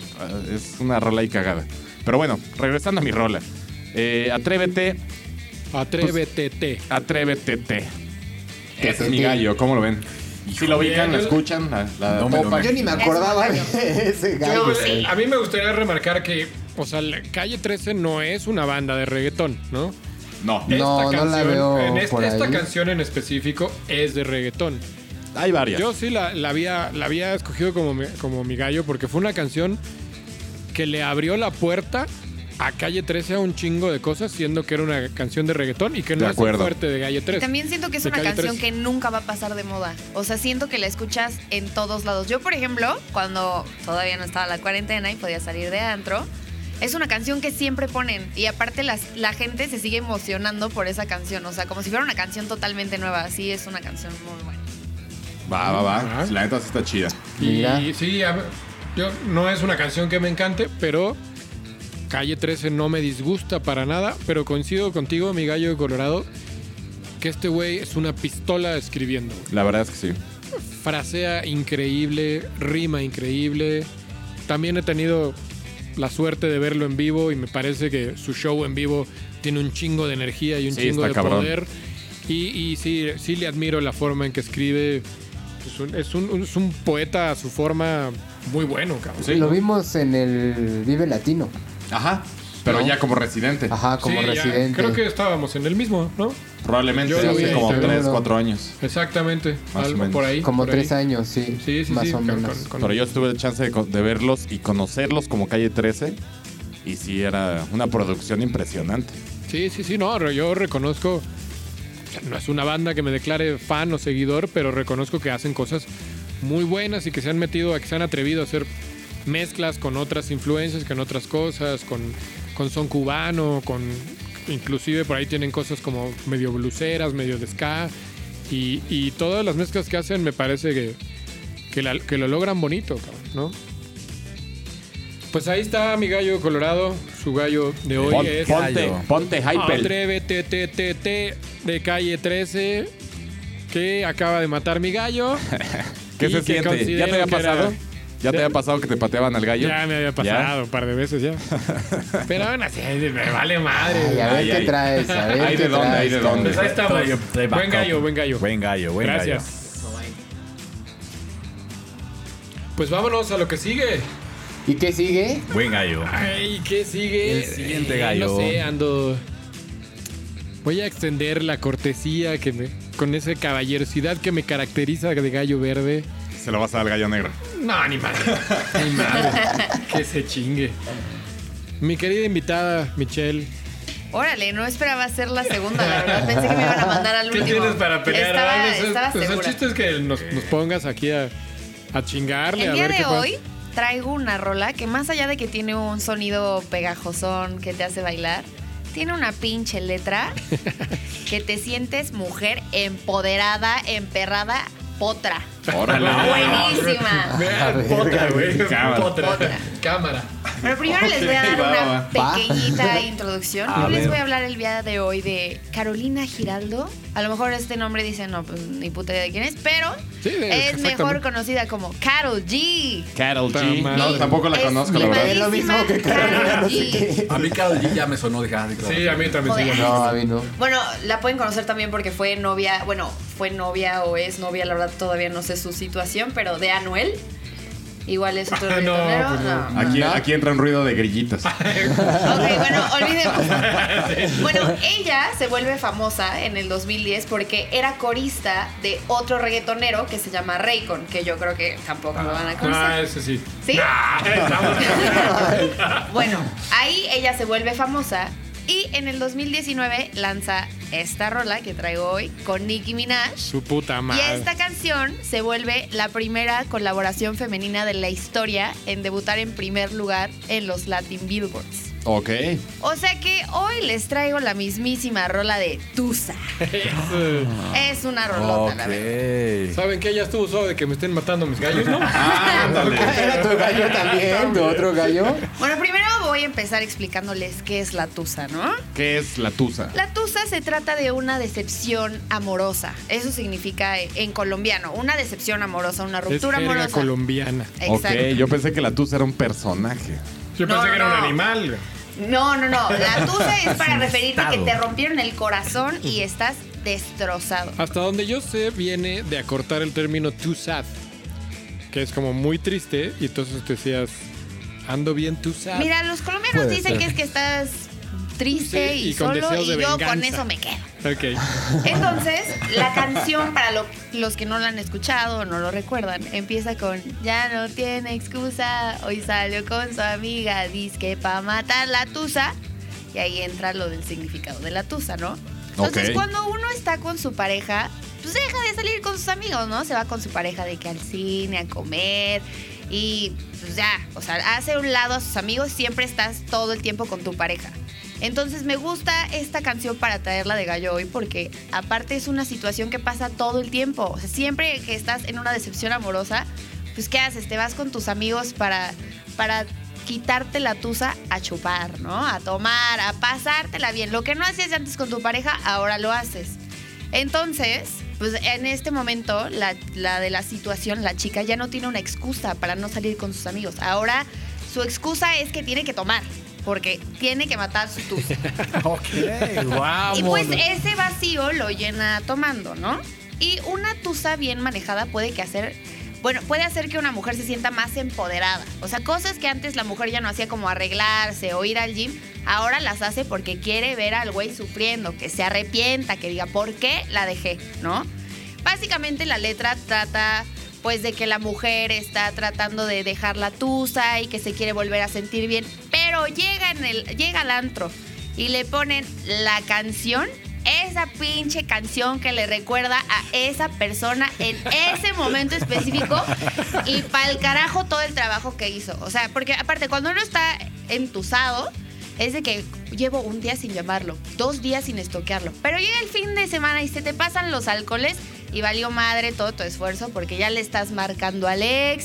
es una rola ahí cagada. Pero bueno, regresando a mi rola. Atrévete, Atrévete. atrévete. Ese es mi gallo, ¿cómo lo ven? Si lo ubican, la escuchan, la No me lo topan. Yo ni me acordaba de ese gallo. Yo, a mí me gustaría remarcar que, o sea, la Calle 13 no es una banda de reggaetón, ¿no? No, No, no la veo por esta ahí. canción en específico es de reggaetón. hay varias. Yo sí la había escogido como mi gallo porque fue una canción que le abrió la puerta a Calle 13 a un chingo de cosas, siendo que era una canción de reggaetón y que no De es el acuerdo. fuerte de Calle 13. También siento que es De una Calle canción 13. que nunca va a pasar de moda. O sea, siento que la escuchas en todos lados. Yo, por ejemplo, cuando todavía no estaba la cuarentena y podía salir de antro, es una canción que siempre ponen. Y aparte la gente se sigue emocionando por esa canción. O sea, como si fuera una canción totalmente nueva. Así es una canción muy buena. Va. Ajá. La neta sí está chida. Mira. Y sí, yo no es una canción que me encante, pero Calle 13 no me disgusta para nada, pero coincido contigo, mi gallo de Colorado, que este güey es una pistola escribiendo. La verdad es que sí. Frasea increíble, rima increíble. También he tenido la suerte de verlo en vivo y me parece que su show en vivo tiene un chingo de energía y un Sí, chingo está de cabrón. poder. Y sí le admiro la forma en que escribe. Es un poeta a su forma muy bueno, cabrón. Sí. Lo vimos en el Vive Latino. Ajá. Pero ¿No? ya como residente. Ajá, como Sí, ya, residente. creo que estábamos en el mismo, ¿no? Probablemente Yo lo vi hace ahí como también. 3, 4 años. Exactamente. Más o Algo menos. por ahí. Como por ahí. 3 años, sí. Sí, sí, más sí. o menos. Pero yo tuve la chance de verlos y conocerlos como Calle 13. Y sí, era una producción impresionante. Sí, no, yo reconozco, o sea, no es una banda que me declare fan o seguidor, pero reconozco que hacen cosas muy buenas y que se han atrevido a hacer mezclas con otras influencias, con otras cosas, con son cubano, inclusive por ahí tienen cosas como medio bluseras, medio de ska, y todas las mezclas que hacen me parece que lo logran bonito, cabrón, ¿no? Pues ahí está mi gallo colorado, su gallo de hoy es... Ponte hyper. Atrévete, de Calle 13, que acaba de matar mi gallo. ¿Qué y se que siente? ¿Ya considero te había que era- pasado? ¿Ya te había pasado que te pateaban al gallo? Ya me había pasado un par de veces ya. Pero aún así, me vale madre. Ay, a ver Ay, qué ay. traes, a ver Ay, qué ¿de dónde? traes, Ay, ¿de dónde? Pues ahí estamos. Trae Buen backup. gallo, buen gallo. Buen gallo, buen Gracias. Pues vámonos a lo que sigue. ¿Y qué sigue? gallo. Buen gallo. Ay, ¿qué sigue? El siguiente gallo. No sé, voy a extender la cortesía con esa caballerosidad que me caracteriza de gallo verde. Se lo vas a dar al gallo negro. No, ni madre. Ni madre. Que se chingue. Mi querida invitada, Michelle. Órale, no esperaba ser la segunda, la verdad. Pensé que me iban a mandar al ¿Qué último. tienes para pelear? Estaba Pues el segura. chiste es que nos pongas aquí a chingarle. El a día ver de qué pasa. hoy traigo una rola que más allá de que tiene un sonido pegajosón que te hace bailar, tiene una pinche letra que te sientes mujer empoderada, emperrada, potra. Órale. Buenísima. Vean, potra, güey. Potra. Cámara. Pero primero les voy a dar una pequeñita introducción. A Yo les ver. voy a hablar el día de hoy de Carolina Giraldo. A lo mejor este nombre dicen, no, pues ni puta idea de quién es, pero Sí, es mejor exactamente. conocida como Karol G. Karol G. Tama. No, tampoco la Es conozco, la verdad. Es lo mismo que Carolina, no sé qué. A mí Karol G ya me sonó de claro. Sí, a mí también se Joder. llama. No, a mí no. Bueno, la pueden conocer también porque fue novia o es novia, la verdad todavía no sé su situación, pero de Anuel. Igual es otro No, reggaetonero. pues no. Aquí entra un ruido de grillitas. Ok, bueno, olvidemos. Bueno, ella se vuelve famosa en el 2010 porque era corista de otro reggaetonero que se llama Raycon, que yo creo que tampoco lo van a Ah, conocer. ese sí. ¿Sí? Estamos- Bueno, ahí ella se vuelve famosa y en el 2019 lanza esta rola que traigo hoy con Nicki Minaj. Su puta Y madre. esta canción se vuelve la primera colaboración femenina de la historia en debutar en primer lugar en los Latin Billboards. Ok. O sea que hoy les traigo la mismísima rola de Tusa. Es una rolota, la verdad. ¿Saben qué? Ya estuvo suave de que me estén matando mis gallos, ¿no? ¿Era tu gallo también? ¿Tu otro gallo? Bueno, primero voy a empezar explicándoles qué es la Tusa, ¿no? ¿Qué es la tusa? La tusa se trata de una decepción amorosa. Eso significa en colombiano, una decepción amorosa, una Es ruptura jerga amorosa. colombiana. Exacto. Ok, yo pensé que la tusa era un personaje. Yo No, pensé que era un no. animal. güey. No. La tusa es para un referirte a que estado. te rompieron el corazón y estás destrozado. Hasta donde yo sé, viene de acortar el término too sad, que es como muy triste, y entonces te decías, ando bien too sad. Mira, los colombianos Puede dicen ser. que es que estás triste Sí, y y con solo deseos y de yo con venganza. eso me quedo. Ok. Entonces, la canción, para los que no la han escuchado o no lo recuerdan, empieza con ya no tiene excusa, hoy salió con su amiga, dizque pa' matar la tusa. Y ahí entra lo del significado de la tusa, ¿no? Entonces, Ok. cuando uno está con su pareja, pues deja de salir con sus amigos, ¿no? Se va con su pareja de que al cine, a comer y pues ya, o sea, hace a un lado a sus amigos, siempre estás todo el tiempo con tu pareja. Entonces me gusta esta canción para traerla de gallo hoy porque aparte es una situación que pasa todo el tiempo. O sea, siempre que estás en una decepción amorosa, pues ¿qué haces? Te vas con tus amigos para quitarte la tusa a chupar, ¿no? A tomar, a pasártela bien. Lo que no hacías antes con tu pareja, ahora lo haces. Entonces, pues en este momento, la de la situación, la chica ya no tiene una excusa para no salir con sus amigos. Ahora su excusa es que tiene que tomar. Porque tiene que matar su tusa. Ok, vamos. Y pues ese vacío lo llena tomando, ¿no? Y una tusa bien manejada puede hacer que una mujer se sienta más empoderada. O sea, cosas que antes la mujer ya no hacía como arreglarse o ir al gym, ahora las hace porque quiere ver al güey sufriendo, que se arrepienta, que diga, ¿por qué la dejé? ¿No? Básicamente la letra trata pues de que la mujer está tratando de dejar la tusa y que se quiere volver a sentir bien, pero llega al antro y le ponen la canción, esa pinche canción que le recuerda a esa persona en ese momento específico y pa'l carajo todo el trabajo que hizo. O sea, porque aparte cuando uno está entusado es de que llevo un día sin llamarlo, 2 días sin estoquearlo, pero llega el fin de semana y se te pasan los alcoholes y valió madre todo tu esfuerzo porque ya le estás marcando al ex,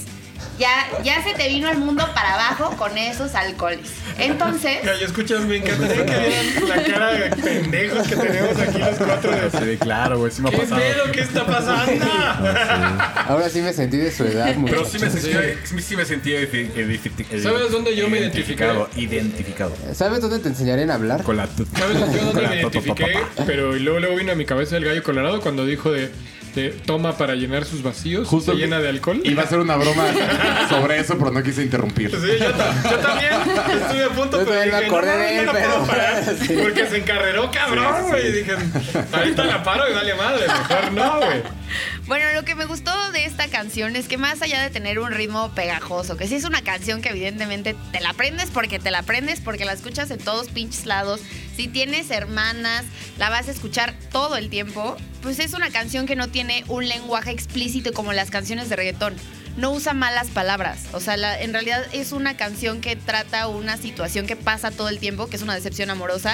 ya se te vino el mundo para abajo con esos alcoholes. Entonces, Ya escuchas, me encantaría que vieran la cara de pendejos que tenemos aquí los cuatro. Sí, claro, güey, sí me ha ¿Qué pasado. pedo? ¿Qué está pasando? Ahora sí me sentí de su edad, Pero muchachos. sí me sentí ¿Sabes dónde yo me identifiqué? Identificado. ¿Sabes dónde te enseñarían a hablar? Con la ¿Sabes yo dónde con la me identifiqué? totopapa. Pero luego vino a mi cabeza el gallo colorado cuando dijo de toma para llenar sus vacíos, Justo se llena de alcohol. Iba a hacer una broma sobre eso, pero no quise interrumpir. Sí, yo también estuve a punto, Yo pero también me dije, acordé no, de él, no la puedo pero- parar, sí. porque se encarreró cabrón, güey. Y dije, ahorita la paro y vale madre, mejor no, güey. bueno, lo que me gustó de esta canción es que más allá de tener un ritmo pegajoso, que sí es una canción que evidentemente te la aprendes porque la escuchas en todos pinches lados. Si tienes hermanas, la vas a escuchar todo el tiempo. Pues es una canción que no tiene un lenguaje explícito como las canciones de reggaetón. No usa malas palabras. O sea, en realidad es una canción que trata una situación que pasa todo el tiempo, que es una decepción amorosa.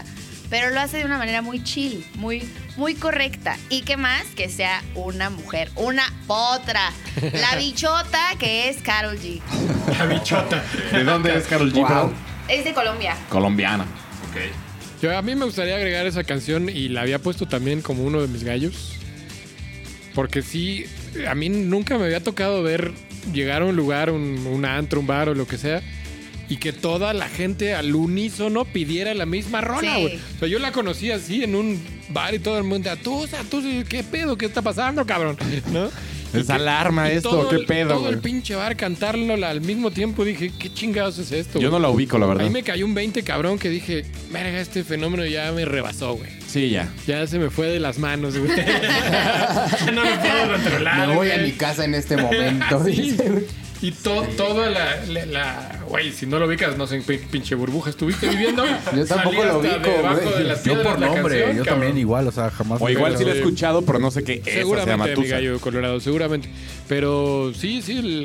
pero lo hace de una manera muy chill, muy, muy correcta. Y qué más que sea una mujer, una potra, la bichota que es Karol G. La bichota. ¿De dónde es Karol G? Wow. Perdón? Es de Colombia. Colombiana. A mí me gustaría agregar esa canción y la había puesto también como uno de mis gallos. Porque sí, a mí nunca me había tocado ver llegar a un lugar, un antro, un bar o lo que sea, y que toda la gente al unísono pidiera la misma rola, Sí. güey. O sea, yo la conocí así en un bar y todo el mundo, tú, ¿qué pedo? ¿Qué está pasando, cabrón? ¿No? Es alarma Y esto, todo qué el- pedo, Todo el güey. pinche bar cantarlo al mismo tiempo. Dije, ¿qué chingados es esto? Yo no güey? la ubico, la verdad. Ahí me cayó un 20, cabrón, que dije, verga, este fenómeno ya me rebasó, güey. Sí, ya. Ya se me fue de las manos, güey. Ya no me puedo controlar, Me voy a güey. mi casa en este momento. Sí. dice, güey. Y toda güey, si no lo ubicas, no sé en qué pinche burbuja estuviste viviendo. Yo tampoco Salí lo hasta ubico, debajo güey. de las Yo piedras por la nombre, canción, yo cabrón. también igual, o sea, jamás. O igual sí la he Pero- escuchado, pero no sé qué esa se llama Seguramente, mi Tusa. gallo colorado, seguramente. Pero sí,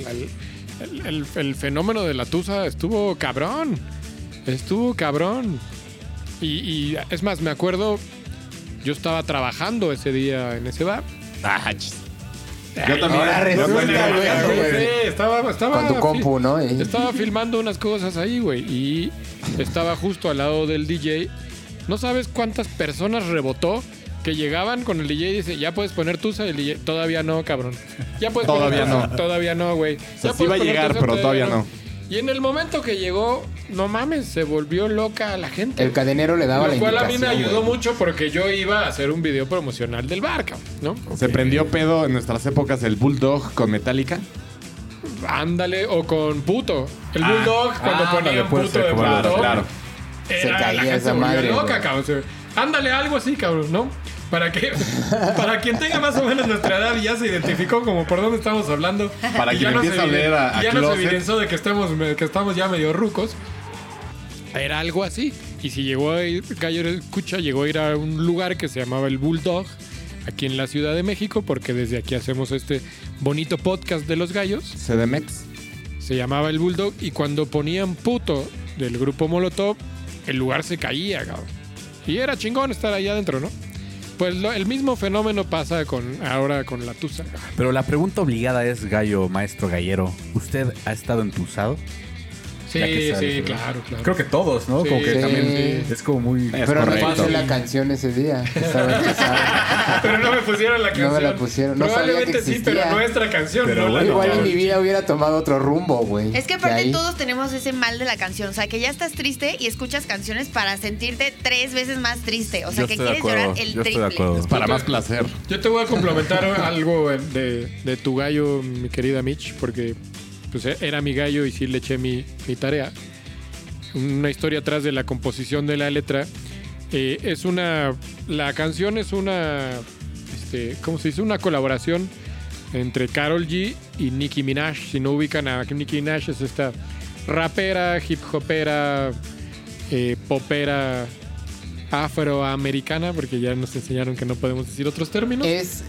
el fenómeno de la tusa estuvo cabrón. Estuvo cabrón. Y es más, me acuerdo, yo estaba trabajando ese día en ese bar. Ah, chis. Yo también. Ahora resulta, güey. Sí, estaba Con tu compu, ¿no? Y- Estaba filmando unas cosas ahí, güey. Y estaba justo al lado del DJ. No sabes cuántas personas rebotó que llegaban con el DJ y dice, ya puedes poner tusa. Y el DJ, todavía no, cabrón. Ya puedes Todavía poner tusa. no. Todavía no, güey. sea, Ya sí puedes va a poner llegar, tusa, pero todavía no. Y en el momento que llegó, no mames, se volvió loca la gente. El cadenero le daba la Lo cual a mí me indicación, ayudó güey. mucho porque yo iba a hacer un video promocional del bar, cabrón, ¿no? Se prendió pedo en nuestras épocas el Bulldog con Metallica. Ándale, o con puto. El Bulldog, cuando ponía puede puto ser, de claro, Bulldog, claro. Se la caía gente esa se volvió madre, loca, güey. cabrón. Ándale, algo así, cabrón, ¿no? Para quien tenga más o menos nuestra edad y ya se identificó como por dónde estamos hablando. Para y quien ya empieza a leer a ya nos Closet. evidenció de que estamos ya medio rucos. Era algo así. Y si llegó a ir, Gallo escucha, llegó a ir a un lugar que se llamaba el Bulldog, aquí en la Ciudad de México, porque desde aquí hacemos este bonito podcast de los gallos. CDMX. Se llamaba el Bulldog y cuando ponían puto del grupo Molotov, el lugar se caía, cabrón. Y era chingón estar ahí adentro, ¿no? Pues el mismo fenómeno pasa ahora con la tusa. Pero la pregunta obligada es, gallo, maestro gallero, ¿usted ha estado entusado? Sí, Ya que sabes, sí, ¿no? claro. Creo que todos, ¿no? Sí, como que sí. también es como muy... Es Pero no correcto. pasé la canción ese día. Estaba empezando. Pero no me pusieron la canción. No me la pusieron, no sabía Probablemente que sí, existía. pero nuestra canción. Pero no la bueno, Igual en tocaron. mi vida hubiera tomado otro rumbo, güey. Es que aparte ahí- todos tenemos ese mal de la canción. O sea, que ya estás triste y escuchas canciones para sentirte 3 veces más triste. O sea, Yo que estoy de quieres llorar acuerdo, el yo estoy triple. de acuerdo. Para más placer. Yo te voy a complementar algo de tu gallo, mi querida Mitch, porque pues, era mi gallo y sí le eché mi tarea. Una historia atrás de la composición de la letra. La canción es una, ¿cómo se dice? Una colaboración entre Karol G y Nicki Minaj. Si no ubican a Nicki Minaj, es esta rapera, hip hopera, popera afroamericana, porque ya nos enseñaron que no podemos decir otros términos. Es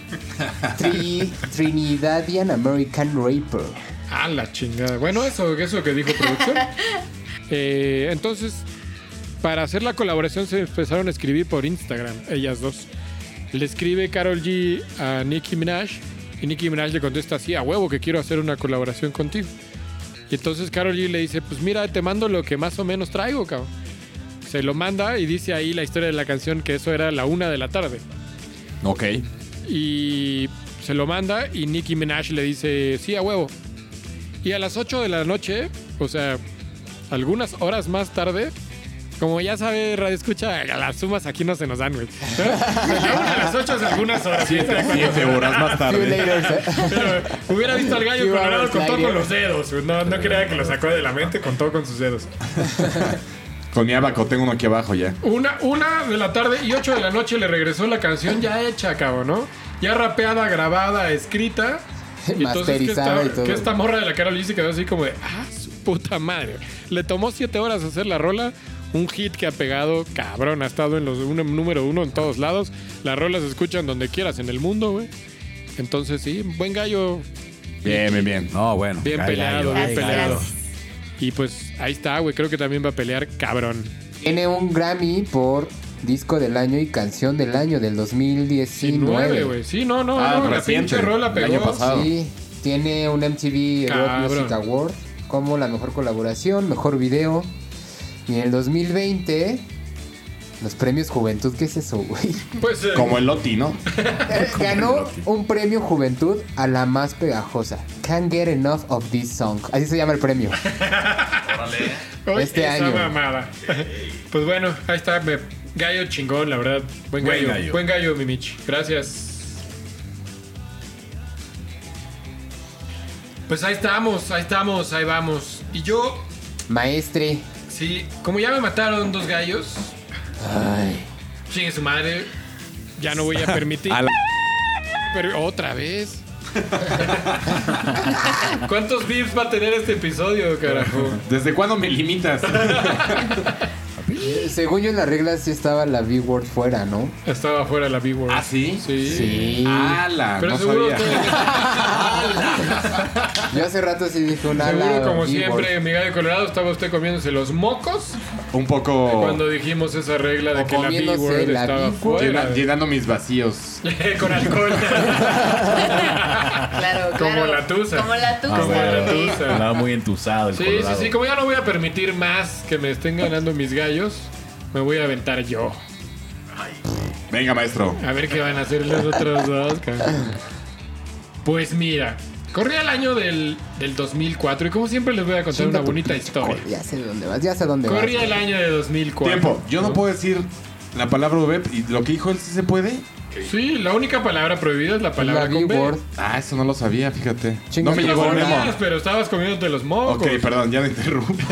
Trinidadian American Raper. Ah, la chingada. Bueno, eso que dijo producción. Entonces, para hacer la colaboración se empezaron a escribir por Instagram, ellas dos. Le escribe Karol G a Nicki Minaj y Nicki Minaj le contesta así, a huevo que quiero hacer una colaboración contigo. Y entonces Karol G le dice, pues mira, te mando lo que más o menos traigo, cabrón. Se lo manda y dice ahí la historia de la canción que eso era a la 1 de la tarde. Ok. Y se lo manda y Nicki Minaj le dice, sí, a huevo. Y a las 8 de la noche, o sea, algunas horas más tarde, como ya sabe, Radio Escucha, las sumas aquí no se nos dan, güey. ¿No? A las 8 es algunas horas. ¿Sí? 7 horas más Few tarde. laters, ¿eh? Pero hubiera visto al gallo Few colorado, hours contó later. con los dedos. Güey. No crea que lo sacó de la mente, contó con sus dedos. Con mi abaco tengo uno aquí abajo ya. Una de la tarde y 8 de la noche le regresó la canción ya hecha, cabrón, ¿no? Ya rapeada, grabada, escrita. Y entonces Masterizada y todo. que esta morra de la Karol G se quedó así como de, su puta madre. Le tomó 7 horas hacer la rola. Un hit que ha pegado, cabrón, ha estado en los número 1 en todos lados. Las rolas se escuchan donde quieras en el mundo, güey. Entonces sí, buen gallo. Bien, bien, bien. No, bueno. Bien gallo, peleado, gallo, bien gallo. peleado. Gracias. Y pues ahí está, güey. Creo que también va a pelear cabrón. Tiene un Grammy por disco del año y canción del año del 2019. güey. Sí, no, Ah, la reciente, pinche rola el pegó. año pasado. Sí, tiene un MTV Rock Cabrón. Music Award como la mejor colaboración, mejor video. Y en el 2020, los premios Juventud, ¿qué es eso, güey? Pues, Como el Loti, ¿no? Ganó un premio Juventud a la más pegajosa. Can't get enough of this song. Así se llama el premio. hoy este esa año. mamada. Pues bueno, ahí está. Gallo chingón, la verdad. Buen gallo. Buen gallo, mi Mitch. Gracias. Pues ahí estamos, ahí vamos. Y yo, Maestre. sí, como ya me mataron 2 gallos, Ay. chingue su madre, ya no voy a permitir. A la- Pero otra vez. ¿Cuántos beeps va a tener este episodio, carajo? ¿Desde cuándo me limitas? Según yo en las reglas sí estaba la B-word fuera, ¿no? Estaba fuera la B-word. ¿Ah, sí? Sí. Sí. ¡Hala! Pero No seguro sabía. Yo hace rato sí dije un ala. Seguro, como B-word. siempre, mi gallo colorado, estaba usted comiéndose los mocos Un poco cuando dijimos esa regla de O que la comiéndose B-word la estaba B-word. fuera. llenando mis vacíos. Con alcohol. Claro, Como claro. la tusa. Como la tusa. Como la sí. tusa. Andaba muy entusado el Sí, Colorado. sí, como ya no voy a permitir más que me estén ganando mis gallos, me voy a aventar yo. Venga, maestro. A ver qué van a hacer los otros dos, cabrón. Pues mira, corría el año del 2004 y como siempre les voy a contar Chinga una tu bonita pinche historia. col, Ya sé dónde vas, ya sé dónde vas. Corría el año de 2004. Tiempo. Yo no puedo decir la palabra V y lo que dijo él sí se puede. Sí, la única palabra prohibida es la palabra La con B. B-word. Ah, eso no lo sabía, fíjate. Chinga no me tu llegó el cola. memo. Sabías, pero estabas comiéndote los mocos. Ok, perdón, ya me interrumpo.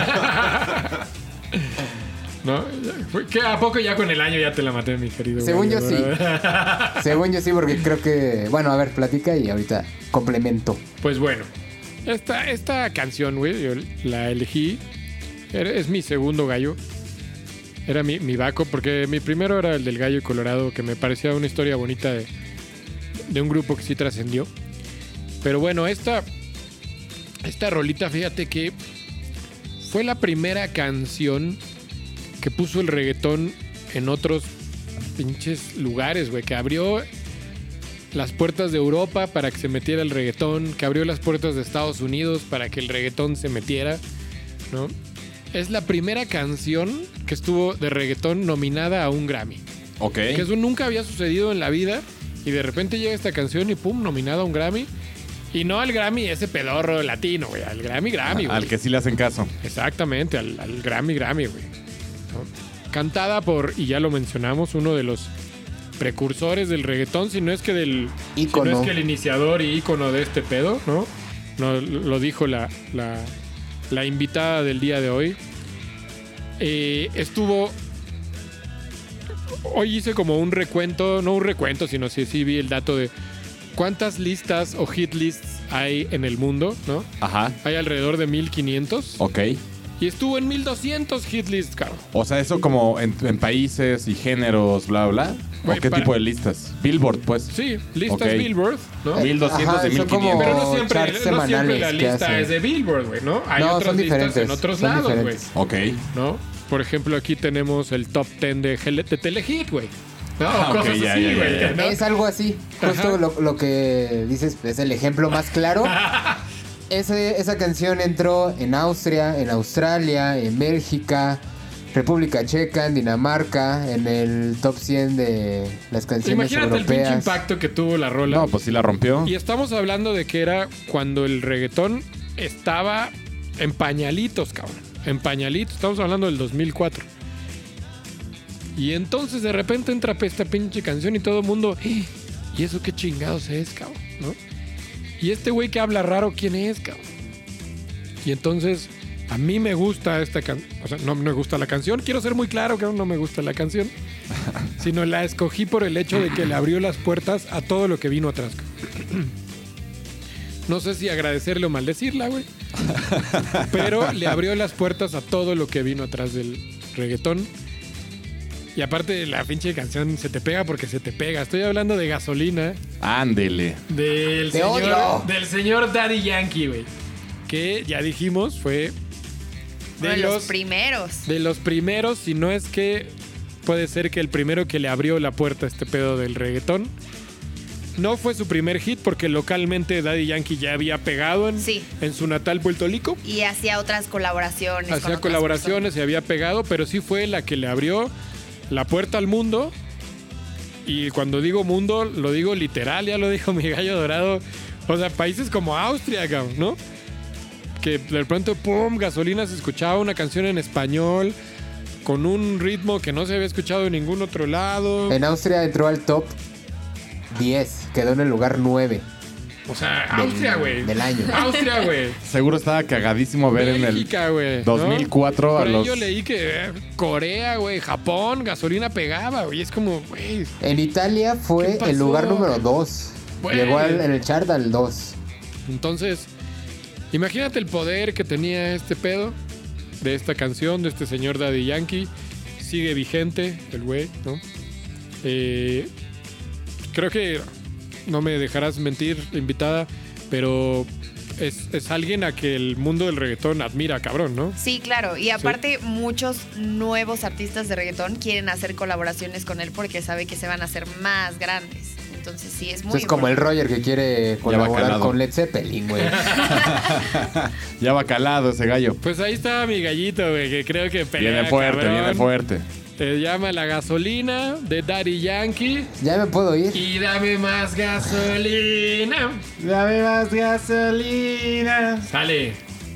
¿No? ¿Qué, ¿A poco ya con el año ya te la maté, mi querido? Según yo gallo? sí. Según yo sí, porque creo que... Bueno, a ver, platica y ahorita complemento. Pues bueno, esta canción, güey, yo la elegí. Es mi segundo gallo. Era mi vaco, porque mi primero era el del gallo colorado, que me parecía una historia bonita de un grupo que sí trascendió. Pero bueno, esta rolita, fíjate que fue la primera canción que puso el reggaetón en otros pinches lugares, güey, que abrió las puertas de Europa para que se metiera el reggaetón, que abrió las puertas de Estados Unidos para que el reggaetón se metiera, ¿no? Es la primera canción que estuvo de reggaetón nominada a un Grammy. Ok. Que eso nunca había sucedido en la vida y de repente llega esta canción y pum, nominada a un Grammy. Y no al Grammy ese pedorro latino, güey, al Grammy, güey. Al que sí le hacen caso. Exactamente, al Grammy, güey. ¿No? Cantada por, y ya lo mencionamos, uno de los precursores del reggaetón, si no es que Ícono. si no es que el iniciador y ícono de este pedo, ¿no? No lo dijo la invitada del día de hoy. Estuvo... Hoy hice como un recuento, no un recuento, sino sí vi el dato de cuántas listas o hit lists hay en el mundo, ¿no? Ajá. Hay alrededor de 1500. Ok. Y estuvo en 1200 hit lists, cabrón. O sea, eso como en países y géneros, bla, bla. Güey, ¿O qué para- tipo de listas? Billboard, pues. Sí, listas Ok. Billboard, ¿no? 1200 de Ajá, son como- 1500. Pero no charts siempre la semanales que lista hacen. es de Billboard, güey, ¿no? Hay No, otras son listas diferentes, en otros son lados, güey, diferentes. Ok. ¿no? Por ejemplo, aquí tenemos el top 10 de Telehit, güey. ¿No? Ah, ok, Cosas ya, así, ya, güey. ya. ¿no? Es algo así. Justo lo que dices es el ejemplo más claro. Esa canción entró en Austria, en Australia, en Bélgica, República Checa, en Dinamarca, en el top 100 de las canciones Imagínate el pinche europeas. impacto que tuvo la rola. No, pues sí la rompió. Y estamos hablando de que era cuando el reggaetón estaba en pañalitos, cabrón. En pañalitos. Estamos hablando del 2004. Y entonces de repente entra esta pinche canción y todo el mundo... ¿Y eso qué chingados es, cabrón? ¿No? Y este güey que habla raro, ¿quién es, cabrón? Y entonces... A mí me gusta esta canción. O sea, no me gusta la canción. Quiero ser muy claro que no me gusta la canción. Sino la escogí por el hecho de que le abrió las puertas a todo lo que vino atrás. No sé si agradecerle o maldecirla, güey. Pero le abrió las puertas a todo lo que vino atrás del reggaetón. Y aparte la pinche canción se te pega porque se te pega. Estoy hablando de Gasolina. Ándele. ¡Te odio! Del señor Daddy Yankee, güey. Que ya dijimos fue De los primeros. De los primeros, si no es que puede ser que el primero que le abrió la puerta a este pedo del reggaetón. No fue su primer hit porque localmente Daddy Yankee ya había pegado en su natal Puerto Rico. Y hacía otras colaboraciones. Hacía colaboraciones y había pegado, pero sí fue la que le abrió la puerta al mundo. Y cuando digo mundo, lo digo literal, ya lo dijo mi gallo dorado. O sea, países como Austria, ¿no? Que de pronto, pum, Gasolina se escuchaba una canción en español con un ritmo que no se había escuchado en ningún otro lado. En Austria entró al top 10, quedó en el lugar 9. O sea, Austria, güey. Del año. Austria, güey. Seguro estaba cagadísimo ver Bélgica, en el 2004 ¿no? a Por los... yo leí que Corea, güey, Japón, Gasolina pegaba, güey. Es como, güey. En Italia fue el lugar número 2. Llegó en el chart al 2. Entonces, imagínate el poder que tenía este pedo de esta canción, de este señor Daddy Yankee. Sigue vigente el güey, ¿no? Creo que no me dejarás mentir, invitada, pero es alguien a que el mundo del reggaetón admira, cabrón, ¿no? Sí, claro. Y aparte, muchos nuevos artistas de reggaetón quieren hacer colaboraciones con él porque sabe que se van a hacer más grandes. Entonces, sí, es muy Es como el Roger que quiere colaborar con Led Zeppelin, güey. Ya va calado ese gallo. Pues ahí está mi gallito, güey, que creo que pelea, Viene fuerte, cabrón. viene fuerte. Se llama La Gasolina de Daddy Yankee. Ya me puedo ir. Y dame más gasolina. Dame más gasolina. Sale.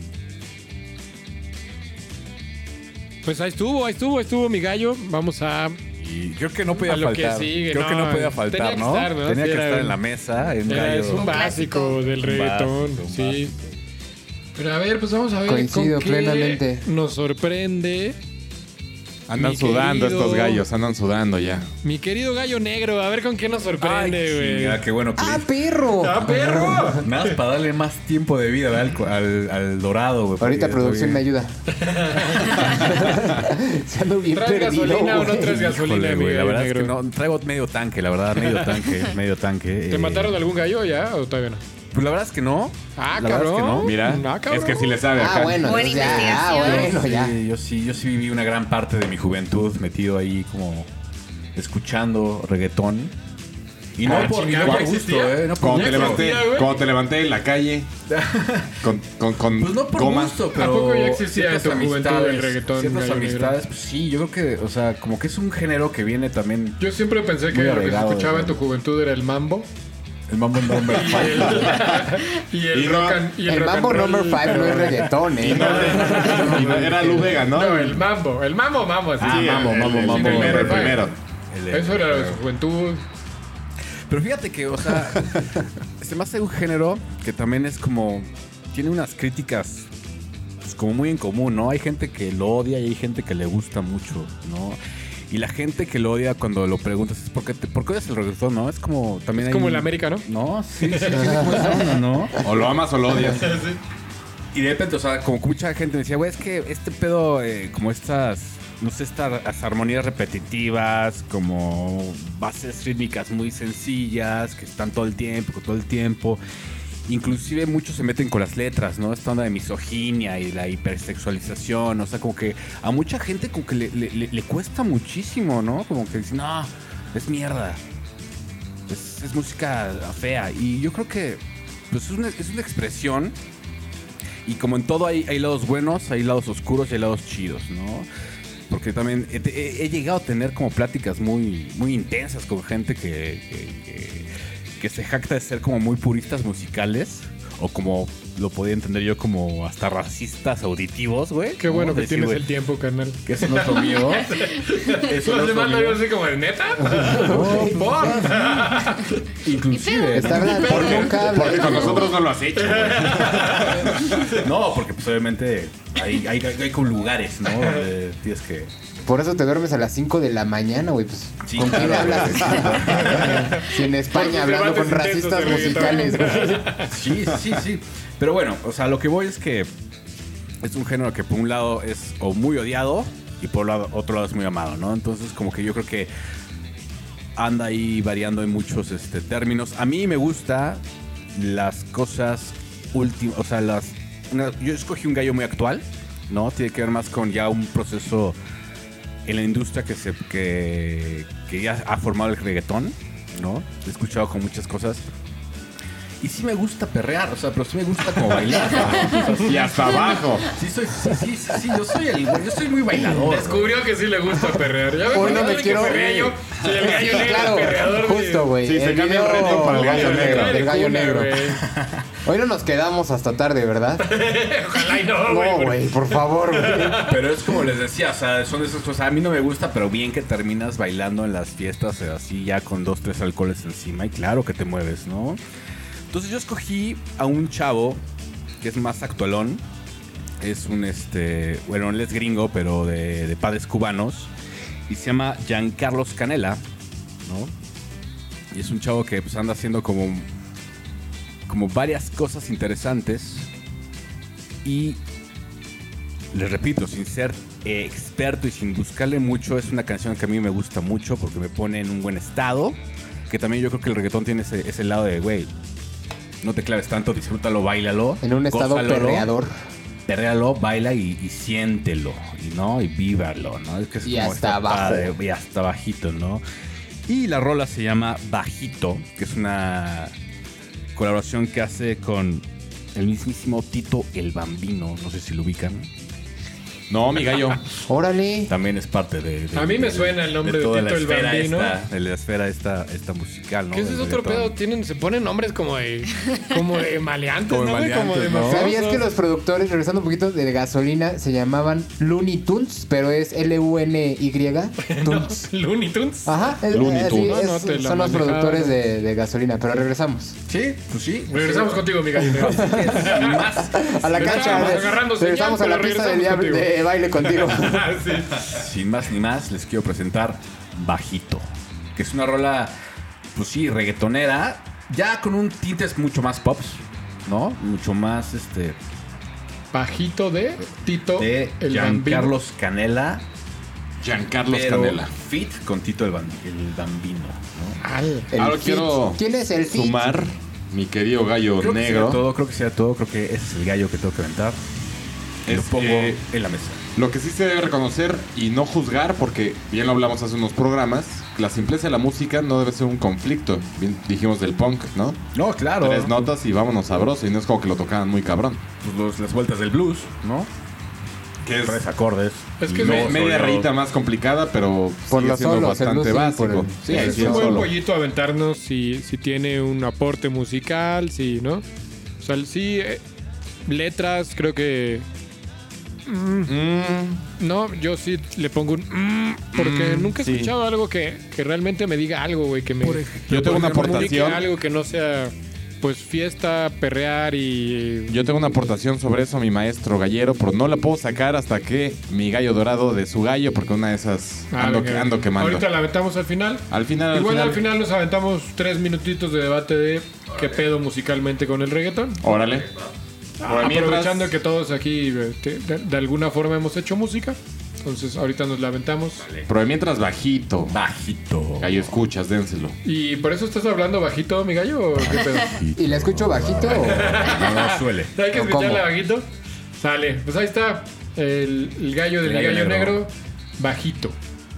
Pues ahí estuvo mi gallo. Vamos a... Y creo que no podía A lo faltar. que sigue, creo que no podía faltar, tenía que ¿no? estar, ¿no? Tenía Sí, que era estar un- en la mesa. En gallo. Es un básico del reggaetón, básico, sí. Pero a ver, pues vamos a ver Coincido con qué plenamente. nos sorprende Andan Mi sudando querido- estos gallos, andan sudando ya. mi querido gallo negro. A ver con qué nos sorprende, güey. Mira, qué bueno que ¡Ah, perro! ¡Ah, perro! Nada más para darle más tiempo de vida ¿verdad? al dorado, güey. Ahorita porque producción me todavía- ayuda. Se ando bien ¿Traes perdido, gasolina o no güey. traes gasolina, Híjole, mi güey, la gallo verdad es que negro? no. Traigo medio tanque, la verdad, medio tanque. ¿Te mataron algún gallo ya o todavía no? Pues la verdad es que no. Ah, La verdad es que cabrón. no. Mira, Ah, cabrón. es que sí le sabe acá. Ah, bueno, Buena entonces ya, investigación. bueno, ya. Sí, yo sí viví una gran parte de mi juventud metido ahí como escuchando reggaetón. Y no Ah, por, chingada, no ¿ya por gusto, existía? no por Cuando te ¿Ya gusto. levanté, existía, güey? cuando te levanté en la calle con Pues no por goma. gusto, pero ¿A poco ya existía en ciertas tu juventud el reggaetón, Ciertas gallo negro? amistades, pues sí, yo creo que, o sea, como que es un género que viene también Yo siempre pensé que Muy lo que se arraigado, escuchaba en tu güey. juventud era el mambo. el mambo number Y 5. el, y el Y rock no- and, y El rock and Mambo roll, Number 5 no es pero- reggaetón, Y no era Lu Vega, ¿no? No, el mambo. El mambo, sí. Ah, mambo, el primero, el number primero. five. Eso era de su juventud. Pero fíjate que, o sea, se me hace un género que también es como. Tiene unas críticas pues, como muy en común, ¿no? Hay gente que lo odia y hay gente que le gusta mucho, ¿no? Y la gente que lo odia cuando lo preguntas es ¿por qué odias el reggaetón, no? Es como también Es hay como un- el América, ¿no? No, sí, tiene como esa onda, ¿no? O lo amas o lo odias. Y de repente, o sea, como que mucha gente me decía, güey, es que este pedo, como estas, no sé, estas armonías repetitivas, como bases rítmicas muy sencillas, que están todo el tiempo. Inclusive muchos se meten con las letras, ¿no? Esta onda de misoginia y la hipersexualización, o sea, como que a mucha gente como que le cuesta muchísimo, ¿no? Como que dicen, no, es mierda. Es música fea. Y yo creo que pues, es una expresión. Y como en todo hay lados buenos, hay lados oscuros y hay lados chidos, ¿no? Porque también he llegado a tener como pláticas muy, muy intensas con gente que se jacta de ser como muy puristas musicales. O como lo podía entender yo como hasta racistas auditivos, güey. Qué ¿no? bueno que Decir, tienes güey, el tiempo, carnal. que eso no es lo mío. Eso no es lo mío. así como, ¿neta? Inclusive. Está hablando por nunca habla. Porque con nosotros no lo has hecho, güey. No, porque pues obviamente hay como lugares, ¿no? Donde tienes que... Por eso te duermes a las 5 de la mañana, güey. Pues, Sí, ¿con quién claro, hablas? Si en España hablando con debates racistas intensos de musicales, güey. Sí. Pero bueno, o sea, lo que voy es que es un género que por un lado es o muy odiado y por otro lado es muy amado, ¿no? Entonces como que yo creo que anda ahí variando en muchos términos. A mí me gusta las cosas últimas, o sea, yo escogí un gallo muy actual ¿no? Tiene que ver más con ya un proceso en la industria que ya ha formado el reggaetón, ¿no? He escuchado con muchas cosas. Y sí me gusta perrear, o sea, pero sí me gusta como bailar. Y hasta abajo. Sí, yo soy muy bailador. Descubrió que sí le gusta perrear. Ya Hoy no me me quiero... yo. Sí, el gallo negro, claro, el perreador. justo, güey. Sí, se cambia el reto para el gallo negro. El gallo Cuna, negro. güey. Hoy no nos quedamos hasta tarde, ¿verdad? Ojalá y no, güey. No, güey, por favor, güey. Pero es como les decía, o sea, son de esas cosas. A mí no me gusta, pero bien que terminas bailando en las fiestas así ya con 2, 3 alcoholes encima. Y claro que te mueves, ¿no? Entonces yo escogí a un chavo que es más actualón. Es un, bueno, él es gringo, pero de padres cubanos. Y se llama Giancarlos Canela, ¿no? Y es un chavo que pues anda haciendo como varias cosas interesantes. Y les repito, sin ser experto y sin buscarle mucho, es una canción que a mí me gusta mucho porque me pone en un buen estado. Que también yo creo que el reggaetón tiene ese lado de, güey, no te claves tanto, disfrútalo, báilalo. En un estado perreador. Perréalo, baila y siéntelo, ¿no? Y vívalo, ¿no? Es que es y como hasta abajo. Padre, y hasta bajito, ¿no? Y la rola se llama Bajito, que es una colaboración que hace con el mismísimo Tito el Bambino. No sé si lo ubican. No, mi gallo. Órale. También es parte de A mí me suena el nombre de toda Tito la el esfera Bambino. de la esfera esta musical, ¿no? ¿Qué ese es Del otro reggaetón. pedo? Se ponen nombres como de maleantes, Como ¿no? güey? maleantes, Como de ¿no? mafiosos. ¿Sabías que los productores, regresando un poquito de Gasolina, se llamaban Looney Tunes, pero es L-U-N-Y? Tunes. Looney Tunes. Ajá, Looney así Tunes. No, te la son los manejaba. productores de Gasolina, pero regresamos. Sí, pues sí. Regresamos contigo, mi gallo. Sin más. A la cancha, Estábamos agarrando regresamos señal, a la pero pista regresamos contigo. de baile contigo. Sí. Sin más ni más, les quiero presentar Bajito, que es una rola, pues sí, reggaetonera, ya con un tinte mucho más pops, ¿no? Mucho más, Bajito de Tito de el Bambino. Giancarlos Canela, Giancarlos pero Canela. fit con Tito el Bambino, ¿no? El Ahora Fit. quiero ¿Quién es el Fit? sumar mi querido gallo Creo que negro. creo que ese es el gallo que tengo que aventar. Y lo Es pongo que- en la mesa. Lo que sí se debe reconocer y no juzgar, porque bien lo hablamos hace unos programas, la simpleza de la música no debe ser un conflicto. Bien dijimos del punk, ¿no? No, claro. 3 notas y vámonos sabroso. Y no es como que lo tocaban muy cabrón. Pues las vueltas del blues, ¿no? Que es 3 acordes. Es que y me- luego media solo- rayita más complicada, pero Por sigue los siendo solos, el bastante blues, sí, por básico. el- Sí, sí, ahí Es sí un el buen solo. pollito aventarnos si tiene un aporte musical, sí, ¿no? O sea, sí, letras, creo que... No, yo sí le pongo un... porque nunca he sí. escuchado algo que realmente me diga algo, güey, que me... Yo tengo una que me comunique aportación. algo que no sea, pues, fiesta, perrear y... Yo tengo una aportación sobre eso, mi maestro gallero, pero no la puedo sacar hasta que mi gallo dorado de su gallo, porque una de esas venga. ando quemando. Ahorita la aventamos al final. Al final, Igual al final nos aventamos 3 minutitos de debate de qué pedo musicalmente con el reggaetón. Órale. Por mientras- Aprovechando que todos aquí de alguna forma hemos hecho música. Entonces ahorita nos la aventamos. Pero mientras bajito. Bajito. Gallo, escuchas, dénselo. ¿Y por eso estás hablando bajito, mi gallo? ¿O qué pedo? ¿Y la escucho bajito? No suele. ¿Hay que ¿O cómo? escucharla bajito? Sale. Pues ahí está el gallo del El gallo gallo negro. negro bajito.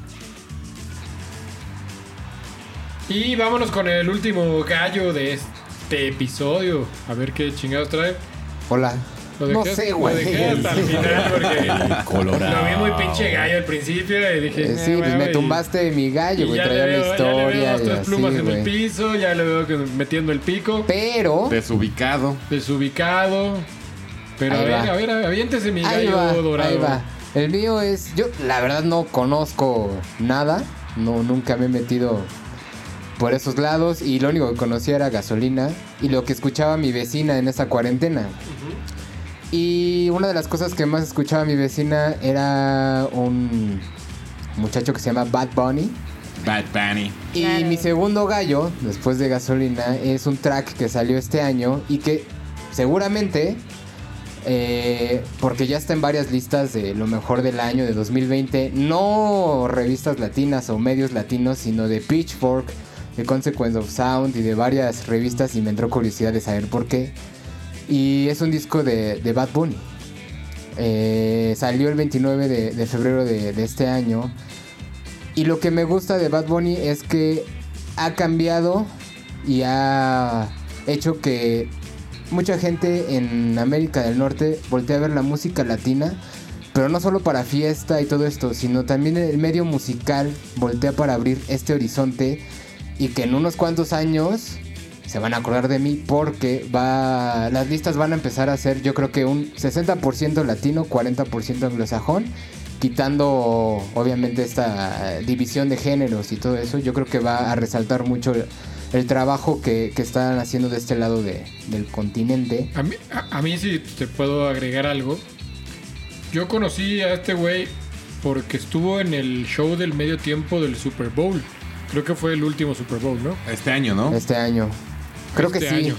Y vámonos con el último gallo de este episodio. A ver qué chingados trae. Hola. Lo No dejé- sé, Lo güey. dejé hasta el final porque El colorado. lo vi muy pinche gallo al principio y dije... Sí, pues me güey". tumbaste mi gallo, Y güey. ya Traía le la veo, ya le historia veo y dos plumas así, en el güey. piso, ya le veo que metiendo el pico, Pero Desubicado. desubicado. Pero Ahí va. a ver, aviéntese mi ahí gallo va, dorado. ahí va. El mío es... Yo la verdad no conozco nada. No, nunca me he metido por esos lados. Y lo único que conocía era Gasolina. Y lo que escuchaba mi vecina en esa cuarentena. Y una de las cosas que más escuchaba mi vecina era un muchacho que se llama Bad Bunny. Bad Bunny. Y Claro. mi segundo gallo, después de Gasolina, es un track que salió este año y que seguramente, porque ya está en varias listas de lo mejor del año de 2020, no revistas latinas o medios latinos, sino de Pitchfork, de Consequence of Sound y de varias revistas, y me entró curiosidad de saber por qué. Y es un disco de Bad Bunny. Salió el 29 de febrero de este año. Y lo que me gusta de Bad Bunny es que ha cambiado y ha hecho que mucha gente en América del Norte voltee a ver la música latina, pero no solo para fiesta y todo esto, sino también el medio musical voltea para abrir este horizonte, y que en unos cuantos años se van a acordar de mí, porque las listas van a empezar a ser, yo creo que un 60% latino, 40% anglosajón, quitando obviamente esta división de géneros y todo eso. Yo creo que va a resaltar mucho el trabajo que están haciendo de este lado del continente. A mí si te puedo agregar algo. Yo conocí a este güey porque estuvo en el show del medio tiempo del Super Bowl. Creo que fue el último Super Bowl, ¿no? Este año, ¿no? Este año. Creo que sí. Año.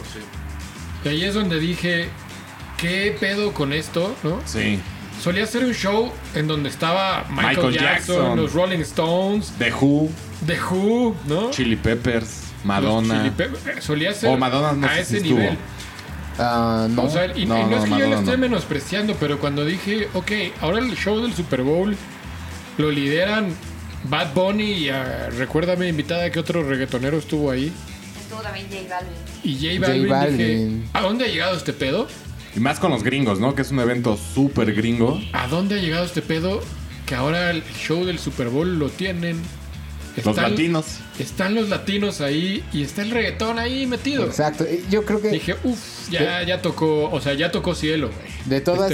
Y ahí es donde dije, ¿qué pedo con esto, no? Sí. Solía ser un show en donde estaba Michael Jackson, los Rolling Stones, The Who, ¿no? Chili Peppers, Madonna. Solía ser Madonna, no a sé ese si estuvo. nivel. No. O sea, y no es que Madonna, yo le esté no. menospreciando, pero cuando dije, ok, ahora el show del Super Bowl lo lideran Bad Bunny y recuérdame, invitada, que otro reggaetonero estuvo ahí. Estuvo también J Balvin. Y J Balvin, dije, ¿a dónde ha llegado este pedo? Y más con los gringos, ¿no? Que es un evento súper gringo. ¿A dónde ha llegado este pedo? Que ahora el show del Super Bowl lo tienen. Los latinos. Están los latinos ahí y está el reggaetón ahí metido. Exacto. Yo creo que Dije, ya tocó, o sea, ya tocó cielo, güey. de todo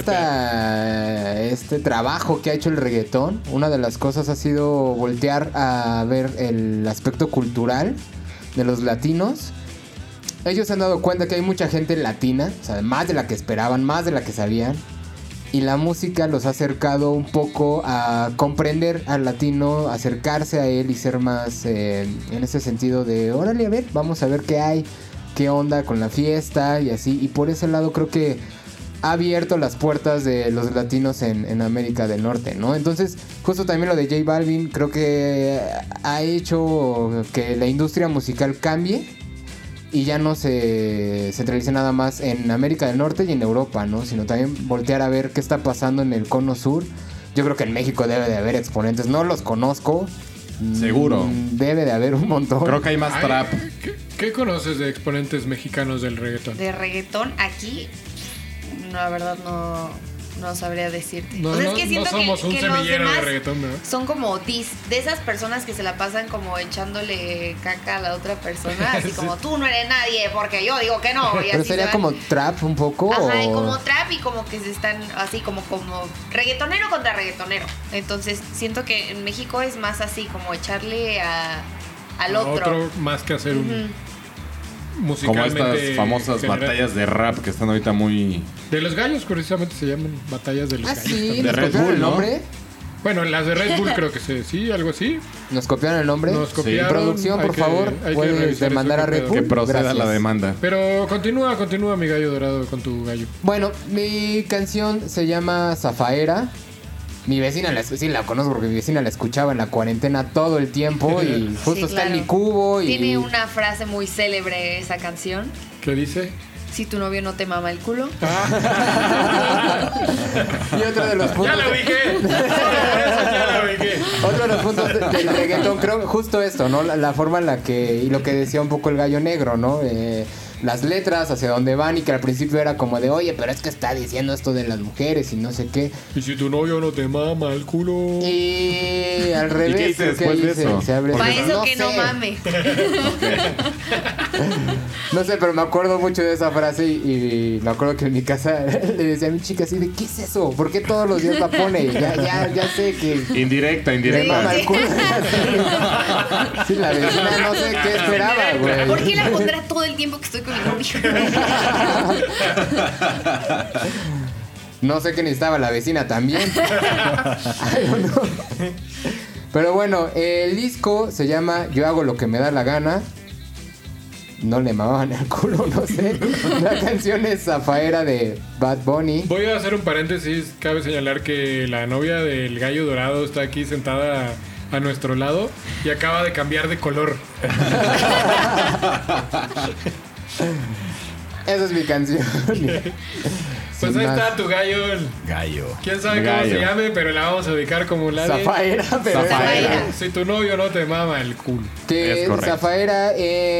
este trabajo que ha hecho el reggaetón, una de las cosas ha sido voltear a ver el aspecto cultural de los latinos. Ellos se han dado cuenta que hay mucha gente latina, o sea, más de la que esperaban, más de la que sabían. Y la música los ha acercado un poco a comprender al latino, acercarse a él y ser más en ese sentido de, órale, a ver, vamos a ver qué hay, qué onda con la fiesta y así. Y por ese lado creo que ha abierto las puertas de los latinos en América del Norte, ¿no? Entonces, justo también lo de J Balvin creo que ha hecho que la industria musical cambie y ya no se centralice nada más en América del Norte y en Europa, ¿no? Sino también voltear a ver qué está pasando en el cono sur. Yo creo que en México debe de haber exponentes, no los conozco. Seguro. Debe de haber un montón. Creo que hay más trap. ¿Qué conoces de exponentes mexicanos del reggaetón? De reggaetón aquí, no, la verdad no sabría decirte. No, O sea, es no- que no siento somos un que los semillero de demás reggaetón, ¿verdad? son como de esas personas que se la pasan como echándole caca a la otra persona, así Sí. como tú no eres nadie porque yo digo que no. Y Pero así sería se van. como trap un poco. Ajá, y o- como trap y como que se están así como reggaetonero contra reggaetonero. Entonces siento que en México es más así como echarle al A otro. más que hacer un Ujú. Como musicalmente estas famosas general. batallas de rap que están ahorita muy... De los gallos, curiosamente se llaman batallas de los Ah, gallos. sí, también. nos Red copiaron Bull, el ¿no? nombre. Bueno, las de Red Bull creo que sí, algo así. Nos copiaron el nombre. Nos copiaron. Producción, Hay por que- favor, hay que puedes revisar demandar eso, a qué Red pedo. Bull. Que proceda Gracias. la demanda. Pero continúa mi gallo dorado con tu gallo. Bueno, mi canción se llama Zafaera. Mi vecina sí la conozco porque mi vecina la escuchaba en la cuarentena todo el tiempo y justo Sí, está en claro. mi cubo y Tiene una frase muy célebre esa canción. ¿Qué dice? Si tu novio no te mama el culo. y otro de los puntos ¡Ya lo dije! ¡Ya lo dije! otro de los puntos del reggaetón, creo justo esto, ¿no? La forma en la que, y lo que decía un poco el gallo negro, ¿no? Las letras, hacia dónde van, y que al principio era como de, oye, pero es que está diciendo esto de las mujeres y no sé qué. Y si tu novio no te mama el culo. Y al revés, qué dice creo que después ahí de eso? se abre. Para eso No que no sé. mame. No sé, pero me acuerdo mucho de esa frase y me acuerdo que en mi casa le decía a mi chica así de, ¿qué es eso? ¿Por qué todos los días la pone? Ya sé que Indirecta, me mama indirecta. el culo. Sí, la vecina no sé qué esperaba, güey. ¿Por qué la pondrá todo el tiempo que estoy con mi novio? No sé qué necesitaba la vecina también. I don't know. Pero bueno, el disco se llama Yo hago lo que me da la gana. No le mamaban el culo, no sé. La canción es Zafaera de Bad Bunny. Voy a hacer un paréntesis. Cabe señalar que la novia del gallo dorado está aquí sentada a nuestro lado y acaba de cambiar de color. Esa es mi canción. Pues sin ahí más. está tu gallo. Gallo. Quién sabe cómo Gallo. se llame, pero la vamos a ubicar como la de... Zafaera, pero Zafaera. Si tu novio no te mama el culo. que Es correcto. Zafaera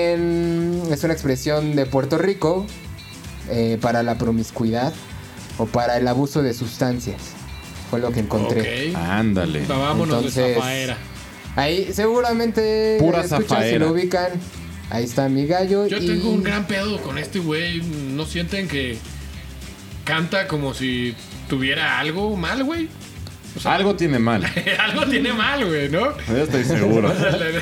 es una expresión de Puerto Rico para la promiscuidad o para el abuso de sustancias. Fue lo que encontré. Ok. Ándale. Vámonos Entonces, de zafaera. Ahí seguramente Pura escuchan, si zafaera. lo ubican. Ahí está mi gallo. Yo y tengo un gran pedo con este güey. ¿No sienten que canta como si tuviera algo mal, güey? O sea, Algo tiene mal. algo tiene mal, güey, ¿no? Yo estoy seguro.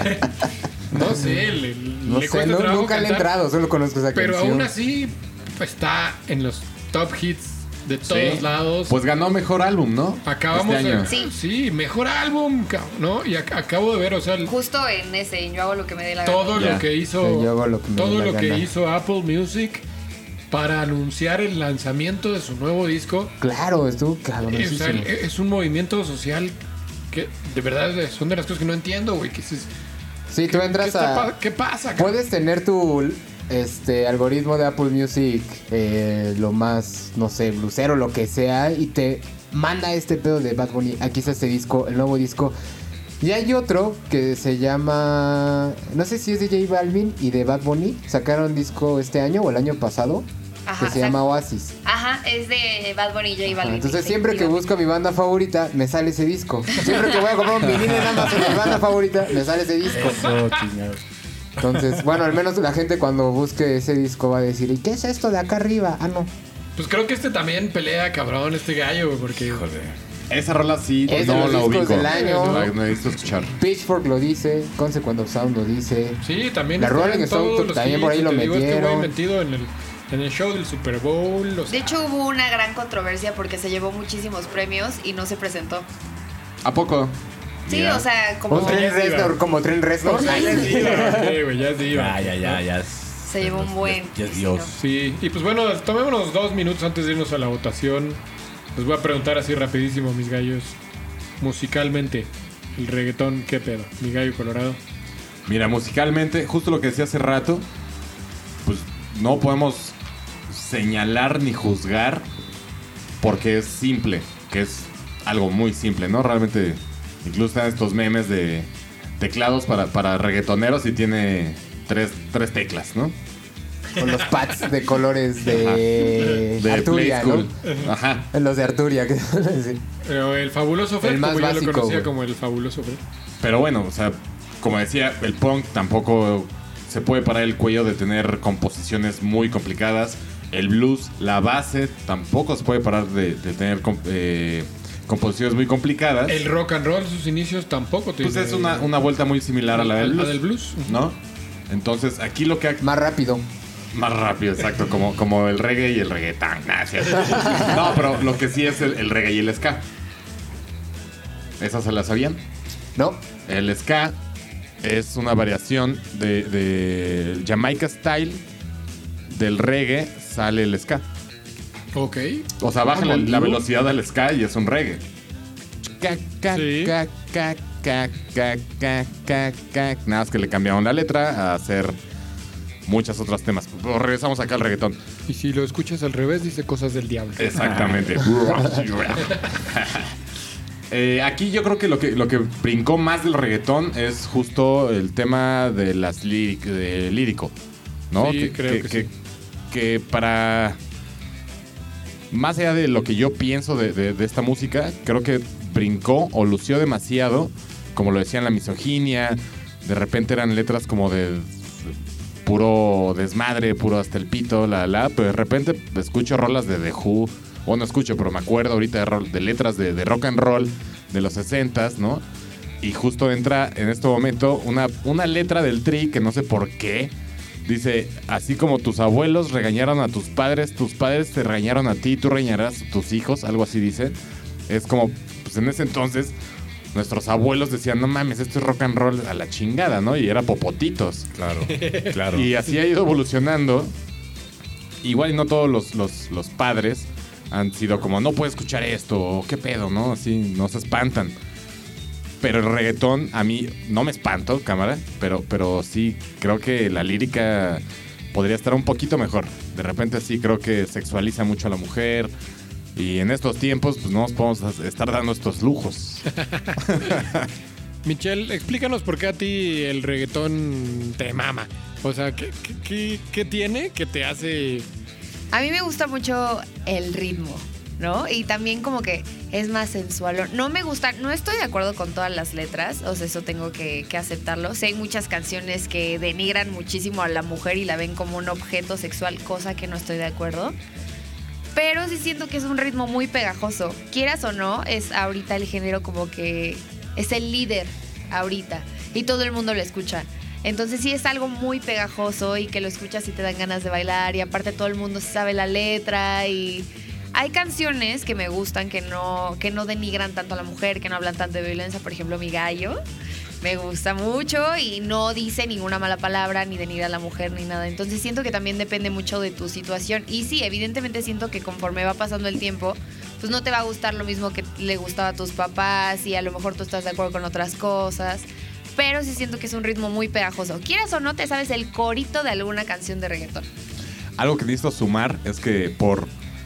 No sé, le No sé, cuesta trabajo nunca le he cantar, entrado, solo conozco esa pero canción. aún así está en los top hits de todos Sí. lados. Pues ganó mejor álbum, ¿no? Acabamos Este año. de... Sí, mejor álbum, ¿no? Y acabo de ver, o sea, Justo en ese, yo hago lo que me dé la todo gana. lo Ya. que hizo... Yo hago lo que me todo dé la lo que gana. hizo Apple Music para anunciar el lanzamiento de su nuevo disco. Claro, estuvo O sea, cabroncísimo. es un movimiento social que de verdad son de las cosas que no entiendo, güey. Que dices, Sí, tú entras ¿qué pasa? cabrón? Puedes tener tu algoritmo de Apple Music lo más, no sé, blusero, lo que sea, y te manda este pedo de Bad Bunny. Aquí está este disco, el nuevo disco. Y hay otro que se llama, no sé si es de J Balvin y de Bad Bunny. Sacaron disco este año o el año pasado, Ajá, que se llama Oasis. Ajá, es de Bad Bunny y J Ajá, Balvin. entonces siempre que efectivamente. busco mi banda favorita, me sale ese disco. Siempre que voy a comprar un vinil en Amazon de mi banda favorita, me sale ese disco. Entonces, bueno, al menos la gente cuando busque ese disco va a decir, ¿y qué es esto de acá arriba? Ah, no. Pues creo que este también pelea, cabrón, este gallo, güey, porque... Híjole. Esa rola sí, Es de no los la discos ubico. del año. La necesito escuchar. Pitchfork lo dice, Consequence of Sound lo dice. Sí, también La está Rolling en Stone todos los también por ahí hits, lo te digo, este güey metieron. metido en el show del Super Bowl. O sea, De hecho, hubo una gran controversia porque se llevó muchísimos premios y no se presentó. ¿A poco? Sí, Mira. o sea, como Un Trent ya es Reznor, como Trent Reznor. ya es diva, sí, güey, ya es diva. Ya. se llevó un buen. Ya es Dios. Sí, y pues bueno, tomémonos 2 minutos antes de irnos a la votación. Les voy a preguntar así rapidísimo, mis gallos. Musicalmente, el reggaetón, ¿qué pedo? Mi gallo colorado. Mira, musicalmente, justo lo que decía hace rato, pues no podemos señalar ni juzgar porque es simple, que es algo muy simple, ¿no? Realmente, incluso están estos memes de teclados para reggaetoneros y tiene tres teclas, ¿no? Con los pads de colores de De Arturia, Play ¿no? School. Ajá. Los de Arturia. Que sí. Pero el fabuloso Fred, El más como yo lo básico, conocía güey. como el fabuloso Fred. Pero bueno, o sea, como decía, el punk tampoco se puede parar el cuello de tener composiciones muy complicadas. El blues, la base, tampoco se puede parar de tener composiciones muy complicadas. El rock and roll, sus inicios tampoco Pues tiene- es una vuelta muy similar a la del blues. blues. ¿No? Entonces, aquí lo que Más rápido. más rápido, exacto, como el reggae y el reggaetón. Nah, es cierto. No, pero lo que sí es el reggae y el ska. ¿Esas se las sabían? ¿No? El ska es una variación de Jamaica Style. Del reggae sale el ska. Ok. O sea, bajan la motivo. velocidad del ska y es un reggae. Sí. Nada más que le cambiaron la letra a hacer muchos otros temas. Pero regresamos acá al reggaetón. Y si lo escuchas al revés, dice cosas del diablo. Exactamente. Aquí yo creo que lo que brincó más del reggaetón es justo el tema de las de lírico, ¿no? Sí, creo que sí. Que para... Más allá de lo que yo pienso de esta música, creo que brincó o lució demasiado, como lo decían, la misoginia. De repente eran letras como de puro desmadre, puro hasta el pito, pero de repente escucho rolas de The Who, o no escucho, pero me acuerdo ahorita de letras de rock and roll de los 60s, ¿no? Y justo entra en este momento una letra del Tri que no sé por qué. Dice, así como tus abuelos regañaron a tus padres te regañaron a ti, tú regañarás a tus hijos, algo así dice. Es como, pues en ese entonces, nuestros abuelos decían, no mames, esto es rock and roll a la chingada, ¿no? Y era popotitos. Claro, claro. Y así ha ido evolucionando. Igual y no todos los padres han sido como, no puedo escuchar esto, o qué pedo, ¿no? Así, no se espantan. Pero el reggaetón, a mí no me espanto, cámara, pero sí creo que la lírica podría estar un poquito mejor. De repente sí creo que sexualiza mucho a la mujer. Y en estos tiempos, pues no nos podemos estar dando estos lujos. Michelle, explícanos por qué a ti el reggaetón te mama. O sea, ¿qué tiene que te hace...? A mí me gusta mucho el ritmo, ¿no? Y también como que es más sensual. No me gusta, no estoy de acuerdo con todas las letras, o sea, eso tengo que aceptarlo. Sé, hay muchas canciones que denigran muchísimo a la mujer y la ven como un objeto sexual, cosa que no estoy de acuerdo. Pero sí siento que es un ritmo muy pegajoso. Quieras o no, es ahorita el género como que es el líder ahorita y todo el mundo lo escucha. Entonces sí es algo muy pegajoso y que lo escuchas y te dan ganas de bailar y aparte todo el mundo sabe la letra y hay canciones que me gustan que no denigran tanto a la mujer, que no hablan tanto de violencia. Por ejemplo, Mi Gallo me gusta mucho y no dice ninguna mala palabra ni denigra a la mujer ni nada. Entonces siento que también depende mucho de tu situación y sí, evidentemente siento que conforme va pasando el tiempo pues no te va a gustar lo mismo que le gustaba a tus papás y a lo mejor tú estás de acuerdo con otras cosas. Pero sí siento que es un ritmo muy pegajoso. Quieras o no, te sabes el corito de alguna canción de reggaetón. Algo que necesito sumar es que por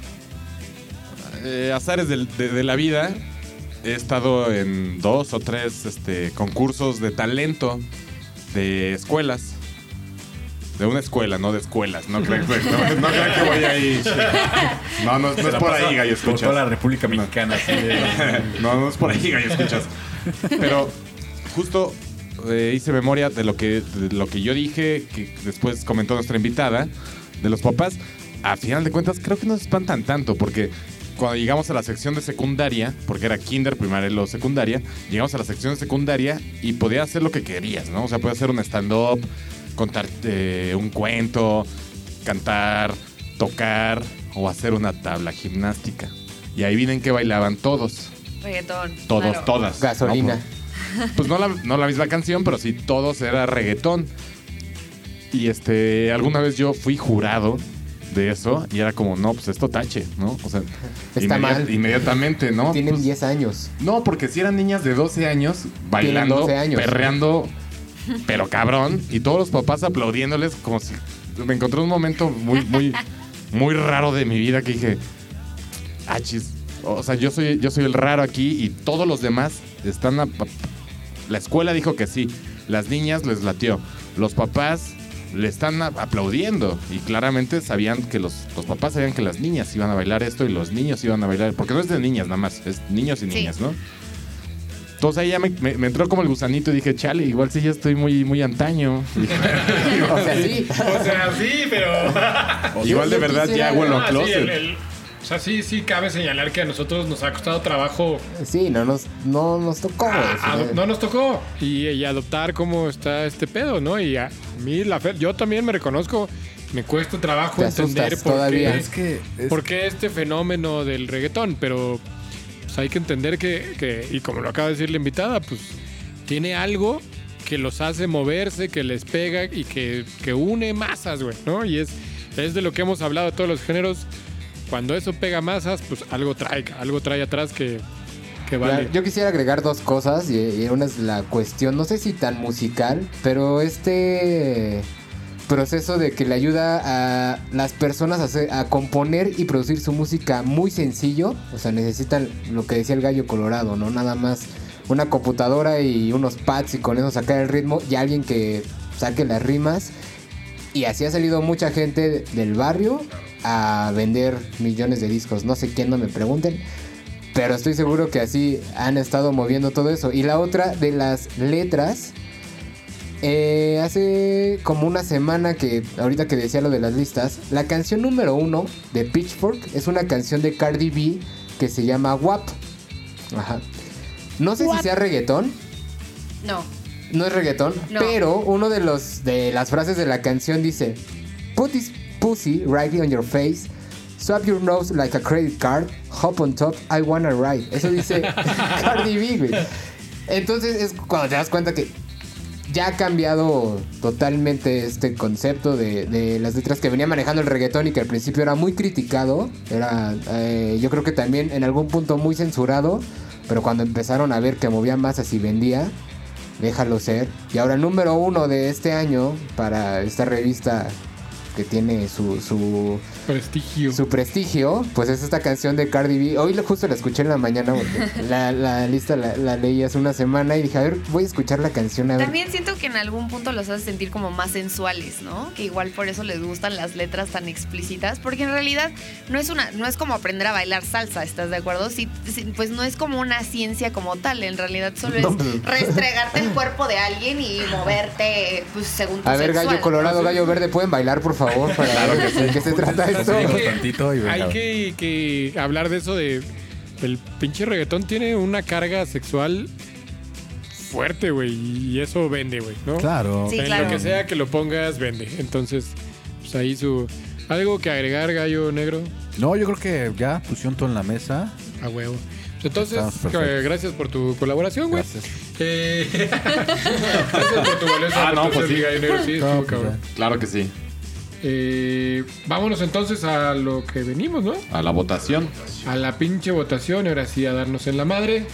azares de la vida he estado en 2 o 3 concursos de talento de escuelas. De una escuela, no de escuelas. No crean que voy ahí. No es por ahí, gallo, escuchas. Por toda la República Mexicana. Sí. No es por ahí, gallo, escuchas. Pero justo hice memoria de lo que yo dije, que después comentó nuestra invitada, de los papás. A final de cuentas, creo que no se espantan tanto, porque cuando llegamos a la sección de secundaria, porque era kinder, primaria y luego secundaria, llegamos a la sección de secundaria y podías hacer lo que querías, ¿no? O sea, podías hacer un stand-up, contar un cuento, cantar, tocar o hacer una tabla gimnástica. Y ahí vienen que bailaban todos. Reggaetón. Todos, claro. todas. Gasolina. ¿No? Pues no la misma canción, pero sí todos era reggaetón. Y alguna vez yo fui jurado de eso y era como, no, pues esto tache, ¿no? O sea, está mal. Inmediatamente, ¿no? Tienen pues, 10 años. No, porque si eran niñas de 12 años bailando, 12 años. perreando, pero cabrón, y todos los papás aplaudiéndoles como si... Me encontré un momento muy raro de mi vida que dije, chis, o sea, yo soy el raro aquí y todos los demás están... La escuela dijo que sí, las niñas les latió, los papás le están aplaudiendo y claramente sabían que los papás sabían que las niñas iban a bailar esto y los niños iban a bailar, porque no es de niñas nada más, es niños y niñas, ¿no? Entonces ahí ya me entró como el gusanito y dije, chale, igual sí ya estoy muy antaño. O sea, sí. O sea, sí, pero... Igual de verdad ya hago en los closet. O sea, sí cabe señalar que a nosotros nos ha costado trabajo. Sí, no nos tocó. No nos tocó. Y adoptar cómo está este pedo, ¿no? Y a mí, yo también me reconozco, me cuesta trabajo Te entender asustas todavía. por qué este fenómeno del reggaetón. Pero pues, hay que entender que, y como lo acaba de decir la invitada, pues tiene algo que los hace moverse, que les pega y que une masas, güey, ¿no? Y es de lo que hemos hablado de todos los géneros. Cuando eso pega masas, pues algo trae atrás que vale. Yo quisiera agregar 2 cosas y una es la cuestión, no sé si tan musical, pero proceso de que le ayuda a las personas a componer y producir su música muy sencillo. O sea, necesitan lo que decía el gallo colorado, ¿no? Nada más una computadora y unos pads y con eso sacar el ritmo y alguien que saque las rimas. Y así ha salido mucha gente del barrio a vender millones de discos. No sé quién, no me pregunten, pero estoy seguro que así han estado moviendo todo eso. Y la otra de las letras, hace como una semana que, ahorita que decía lo de las listas, la canción número 1 de Pitchfork es una canción de Cardi B que se llama WAP. Ajá. No sé si sea reggaetón. No es reggaetón, no. Pero uno de las frases de la canción dice: Put this pussy right on your face, swap your nose like a credit card, hop on top, I wanna ride. Eso dice Cardi B, güey. Entonces es cuando te das cuenta que ya ha cambiado totalmente este concepto de las letras que venía manejando el reggaetón y que al principio era muy criticado. Era, yo creo que también en algún punto muy censurado, pero cuando empezaron a ver que movía masas y vendía, déjalo ser. Y ahora el número 1 de este año para esta revista que tiene su prestigio, pues es esta canción de Cardi B. Hoy justo la escuché en la mañana porque la lista la leí hace una semana y dije, a ver, voy a escuchar la canción. A ver. También siento que en algún punto los hace sentir como más sensuales, ¿no? Que igual por eso les gustan las letras tan explícitas, porque en realidad no es como aprender a bailar salsa, ¿estás de acuerdo? Sí, pues no es como una ciencia como tal, en realidad solo es restregarte el cuerpo de alguien y moverte pues, según tu A ver, sexual. gallo colorado, gallo verde, ¿pueden bailar, por favor? Claro que sí. ¿De qué se trata esto? Hay que hablar de eso de... El pinche reggaetón tiene una carga sexual fuerte, güey, y eso vende, güey, ¿no? Claro. Sí, en claro. lo que sea que lo pongas, vende. Entonces, pues ahí ¿Algo que agregar, gallo negro? No, yo creo que ya pusieron todo en la mesa. A huevo. Entonces, Estamos perfectos. gracias por tu colaboración, güey. Gracias. Gracias por tu valiosa no, pues aportación, sí. mi gallo negro. Sí, estuvo pues cabrón. Claro que sí. Vámonos entonces a lo que venimos, ¿no? A la votación. A la pinche votación, y ahora sí a darnos en la madre.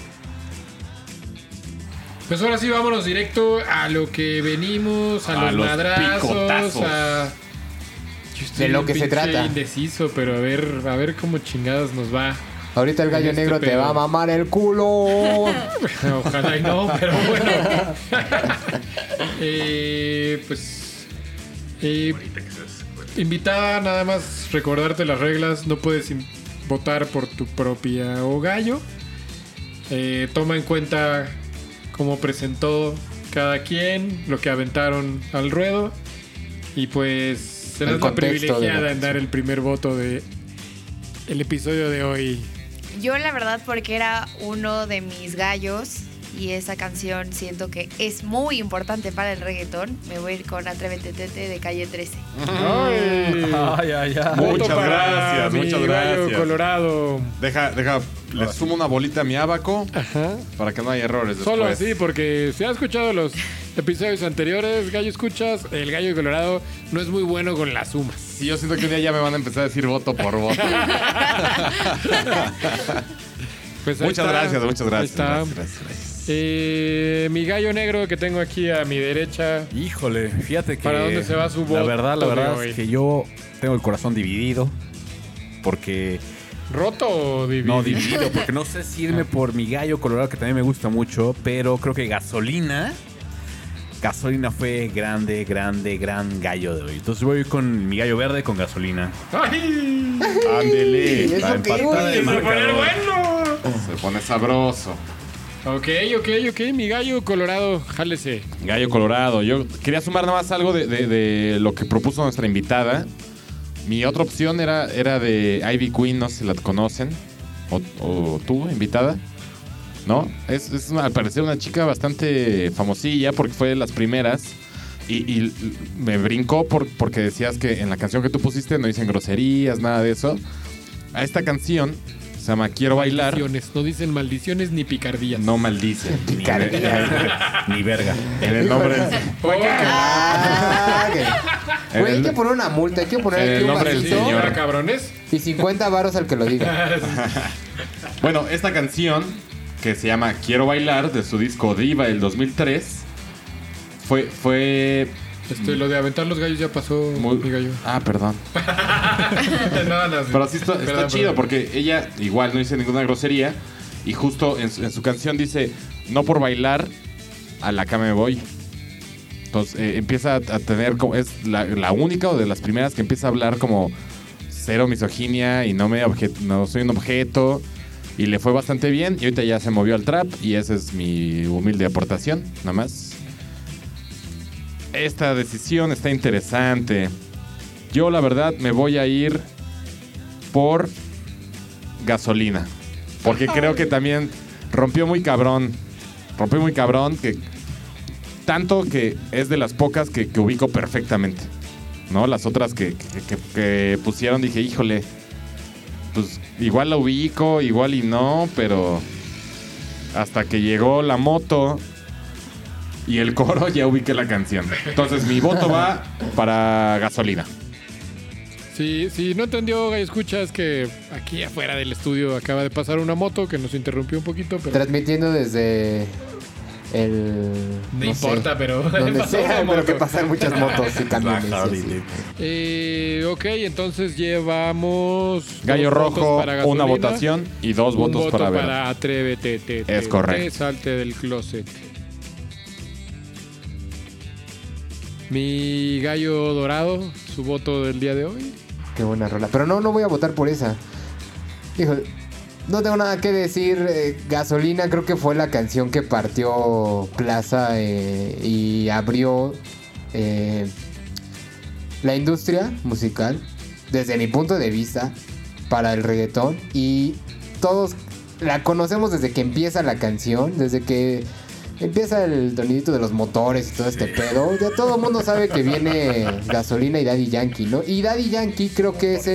Pues ahora sí vámonos directo a lo que venimos, a los madrazos, picotazos. Yo estoy De lo un que se pinche trata. indeciso, pero a ver cómo chingadas nos va. Ahorita el gallo Este negro te pedo. va a mamar el culo. Ojalá y no, pero bueno. Invitada, nada más recordarte las reglas. No puedes votar por tu propia gallo. Toma en cuenta cómo presentó cada quien, lo que aventaron al ruedo. Y pues serás El la contexto de privilegiada la en dar el primer voto de el episodio de hoy. Yo la verdad porque era uno de mis gallos y esa canción siento que es muy importante para el reggaetón, me voy a ir con Atrévete Tete de Calle 13. Ay. Ay. Voto Muchas para gracias, mi muchas gallo gracias. Colorado. Deja, le sumo una bolita a mi abaco Ajá. para que no haya errores después. Solo así, porque si has escuchado los episodios anteriores, gallo escuchas, el gallo colorado no es muy bueno con las sumas. Sí, yo siento que un día ya me van a empezar a decir voto por voto. Pues ahí Muchas está. gracias, muchas Ahí gracias. está. Gracias. Mi gallo negro que tengo aquí a mi derecha. Híjole, fíjate que... ¿Para dónde se va su voto La de verdad hoy? es que yo tengo el corazón dividido. Porque... ¿Roto o dividido? No, dividido, porque no sé si irme por mi gallo colorado, que también me gusta mucho, pero creo que Gasolina fue gran gallo de hoy. Entonces voy con mi gallo verde con Gasolina. ¡Ay! Ándele. ¿Eso Para qué, empatar güey? el ¡Se va a poner marcador. bueno! Se pone sabroso. Ok, mi gallo colorado, jálese. Gallo Colorado. Yo quería sumar nada más algo de lo que propuso nuestra invitada. Mi otra opción era de Ivy Queen, no sé si la conocen. O tú, invitada. ¿No? Es al parecer una chica bastante famosilla porque fue de las primeras. Y me brincó porque decías que en la canción que tú pusiste no dicen groserías, nada de eso. A esta canción se llama Quiero Bailar. Maldiciones, no dicen maldiciones ni picardías. No maldice. Ni verga. En el nombre Ah, En güey, hay el- que poner una multa, hay que poner en aquí el un nombre del vasito Señor. ¿Ahora, cabrones? y 50 varos al que lo diga. Bueno, esta canción que se llama Quiero Bailar de su disco Diva del 2003 fue Lo de aventar los gallos ya pasó, muy... mi gallo. Ah, perdón. No, Pero sí está Perdón, chido perdón. porque ella igual no dice ninguna grosería y justo en su canción dice no por bailar a la cama me voy. Entonces empieza a tener como es la única o de las primeras que empieza a hablar como cero misoginia y no soy un objeto y le fue bastante bien y ahorita ya se movió al trap y esa es mi humilde aportación, nada más. Esta decisión está interesante. Yo la verdad me voy a ir por Gasolina. Porque creo que también rompió muy cabrón. Que tanto que es de las pocas que ubico perfectamente. ¿No? Las otras que pusieron dije, híjole, pues igual la ubico, igual y no, pero hasta que llegó la moto y el coro ya ubiqué la canción. Entonces mi voto va para Gasolina. Si no entendió, gallo escucha, es que aquí afuera del estudio acaba de pasar una moto que nos interrumpió un poquito, pero... Transmitiendo desde No sé, importa, pero... donde sea, pero que pasan muchas motos y camiones. La Harley Sí. Ok, entonces llevamos... Gallo 2 votos rojo, para gasolina, una votación y 2 un votos voto para ver. para Atrévete. Es correcto. Salte del closet. Mi gallo dorado, su voto del día de hoy. Qué buena rola. Pero no voy a votar por esa. Híjole, no tengo nada que decir. Gasolina creo que fue la canción que partió plaza y abrió la industria musical, desde mi punto de vista, para el reggaetón. Y todos la conocemos desde que empieza la canción, desde que empieza el sonidito de los motores y todo este pedo. Ya todo el mundo sabe que viene Gasolina y Daddy Yankee, ¿no? Y Daddy Yankee creo que es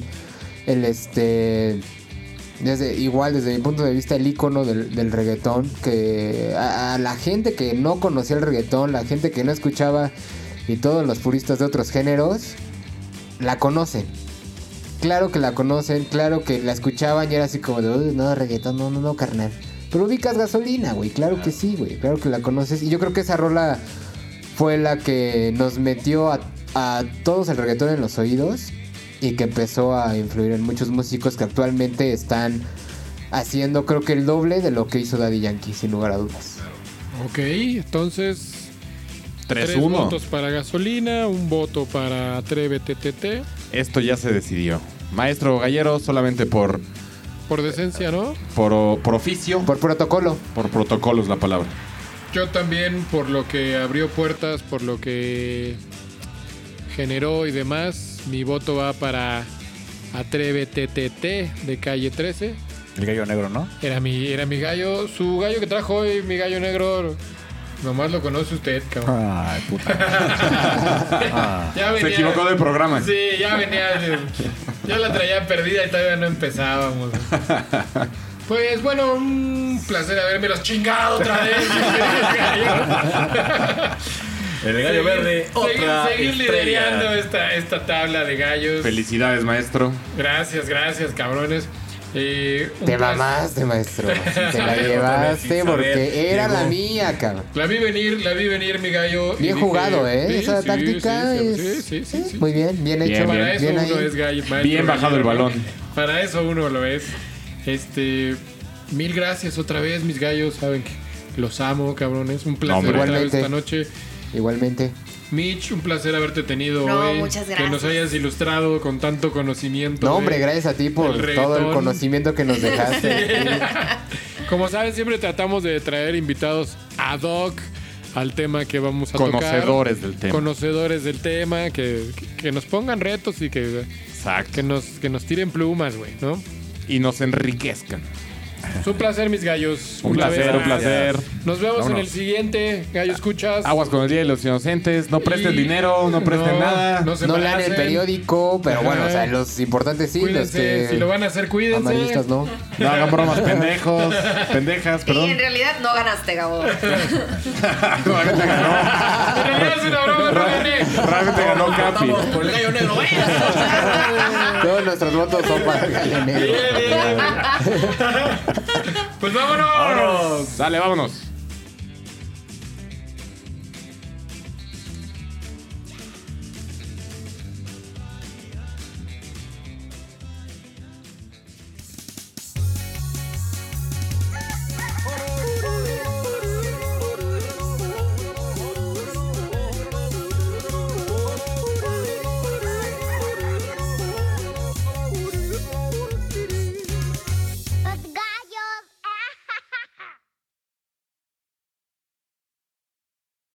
desde mi punto de vista, el ícono del reggaetón. Que a la gente que no conocía el reggaetón, la gente que no escuchaba, y todos los puristas de otros géneros, la conocen. Claro que la conocen, claro que la escuchaban y era así como de, "Uy, no, reggaetón, no, carnal". Pero ubicas Gasolina, güey, claro que sí, güey, claro que la conoces. Y yo creo que esa rola fue la que nos metió a todos el reggaetón en los oídos y que empezó a influir en muchos músicos que actualmente están haciendo, creo que el doble de lo que hizo Daddy Yankee, sin lugar a dudas. Ok, entonces... 3 3-1. votos para Gasolina, un voto para Atrévete. Esto ya se decidió. Maestro Gallero, solamente por Por decencia, ¿no? oficio, Por protocolo. por protocolo es la palabra. Yo también, por lo que abrió puertas, por lo que generó y demás, mi voto va para Atrévete de Calle 13. El gallo negro, ¿no? Era mi gallo, su gallo que trajo hoy, mi gallo negro. Nomás lo conoce usted, cabrón. Ay, puta. Ya Se equivocó del programa. Sí, ya venía. Ya la traía perdida y todavía no empezábamos. Pues bueno, un placer haberme los chingado otra vez. El gallo verde, otra Seguir estrella. liderando esta tabla de gallos. Felicidades, maestro. Gracias, cabrones. Te mamaste, maestro. Te la llevaste porque era la mía, cabrón. La vi venir, mi gallo. y Bien dije, jugado, ¿eh? sí, Esa sí, táctica sí, es... sí. Muy bien, bien hecho. Bien, Para eso bien uno ahí. es gallo. maestro Bien bajado el gallero. balón. Para eso uno lo es. Mil gracias otra vez, mis gallos. Saben que los amo, cabrones. Un placer Hombre. otra vez Igualmente. esta noche. Igualmente. Mitch, un placer haberte tenido No, hoy. muchas Que nos gracias. hayas ilustrado con tanto conocimiento. No, de- hombre, gracias a ti por el todo el reggaetón. conocimiento que nos dejaste. Como saben, siempre tratamos de traer invitados ad hoc al tema que vamos a Conocedores del tocar. tema. Conocedores del tema, que nos pongan retos y que Exacto. nos tiren plumas, güey, ¿no? Y nos enriquezcan. Es un placer, mis gallos. Un Una placer, vez un más. placer. Nos vemos en Vámonos. el siguiente. Gallo, ¿escuchas? Aguas con el Día de los Inocentes. No presten Y- dinero, no presten nada. No se No lean el embaracen. periódico, pero Ajá. bueno, o sea, los importantes sí, Cuídense. los que... Si lo van a hacer, cuídense. Amarillistas no. No hagan bromas pendejas, Y perdón. en realidad no ganaste, Gabo. Realmente ganó. En realidad es una broma, no gané. Realmente ganó Capi. Vamos por el gallo negro. Todos nuestros votos son para el Gallo Negro. Pues vámonos. Dale, vámonos.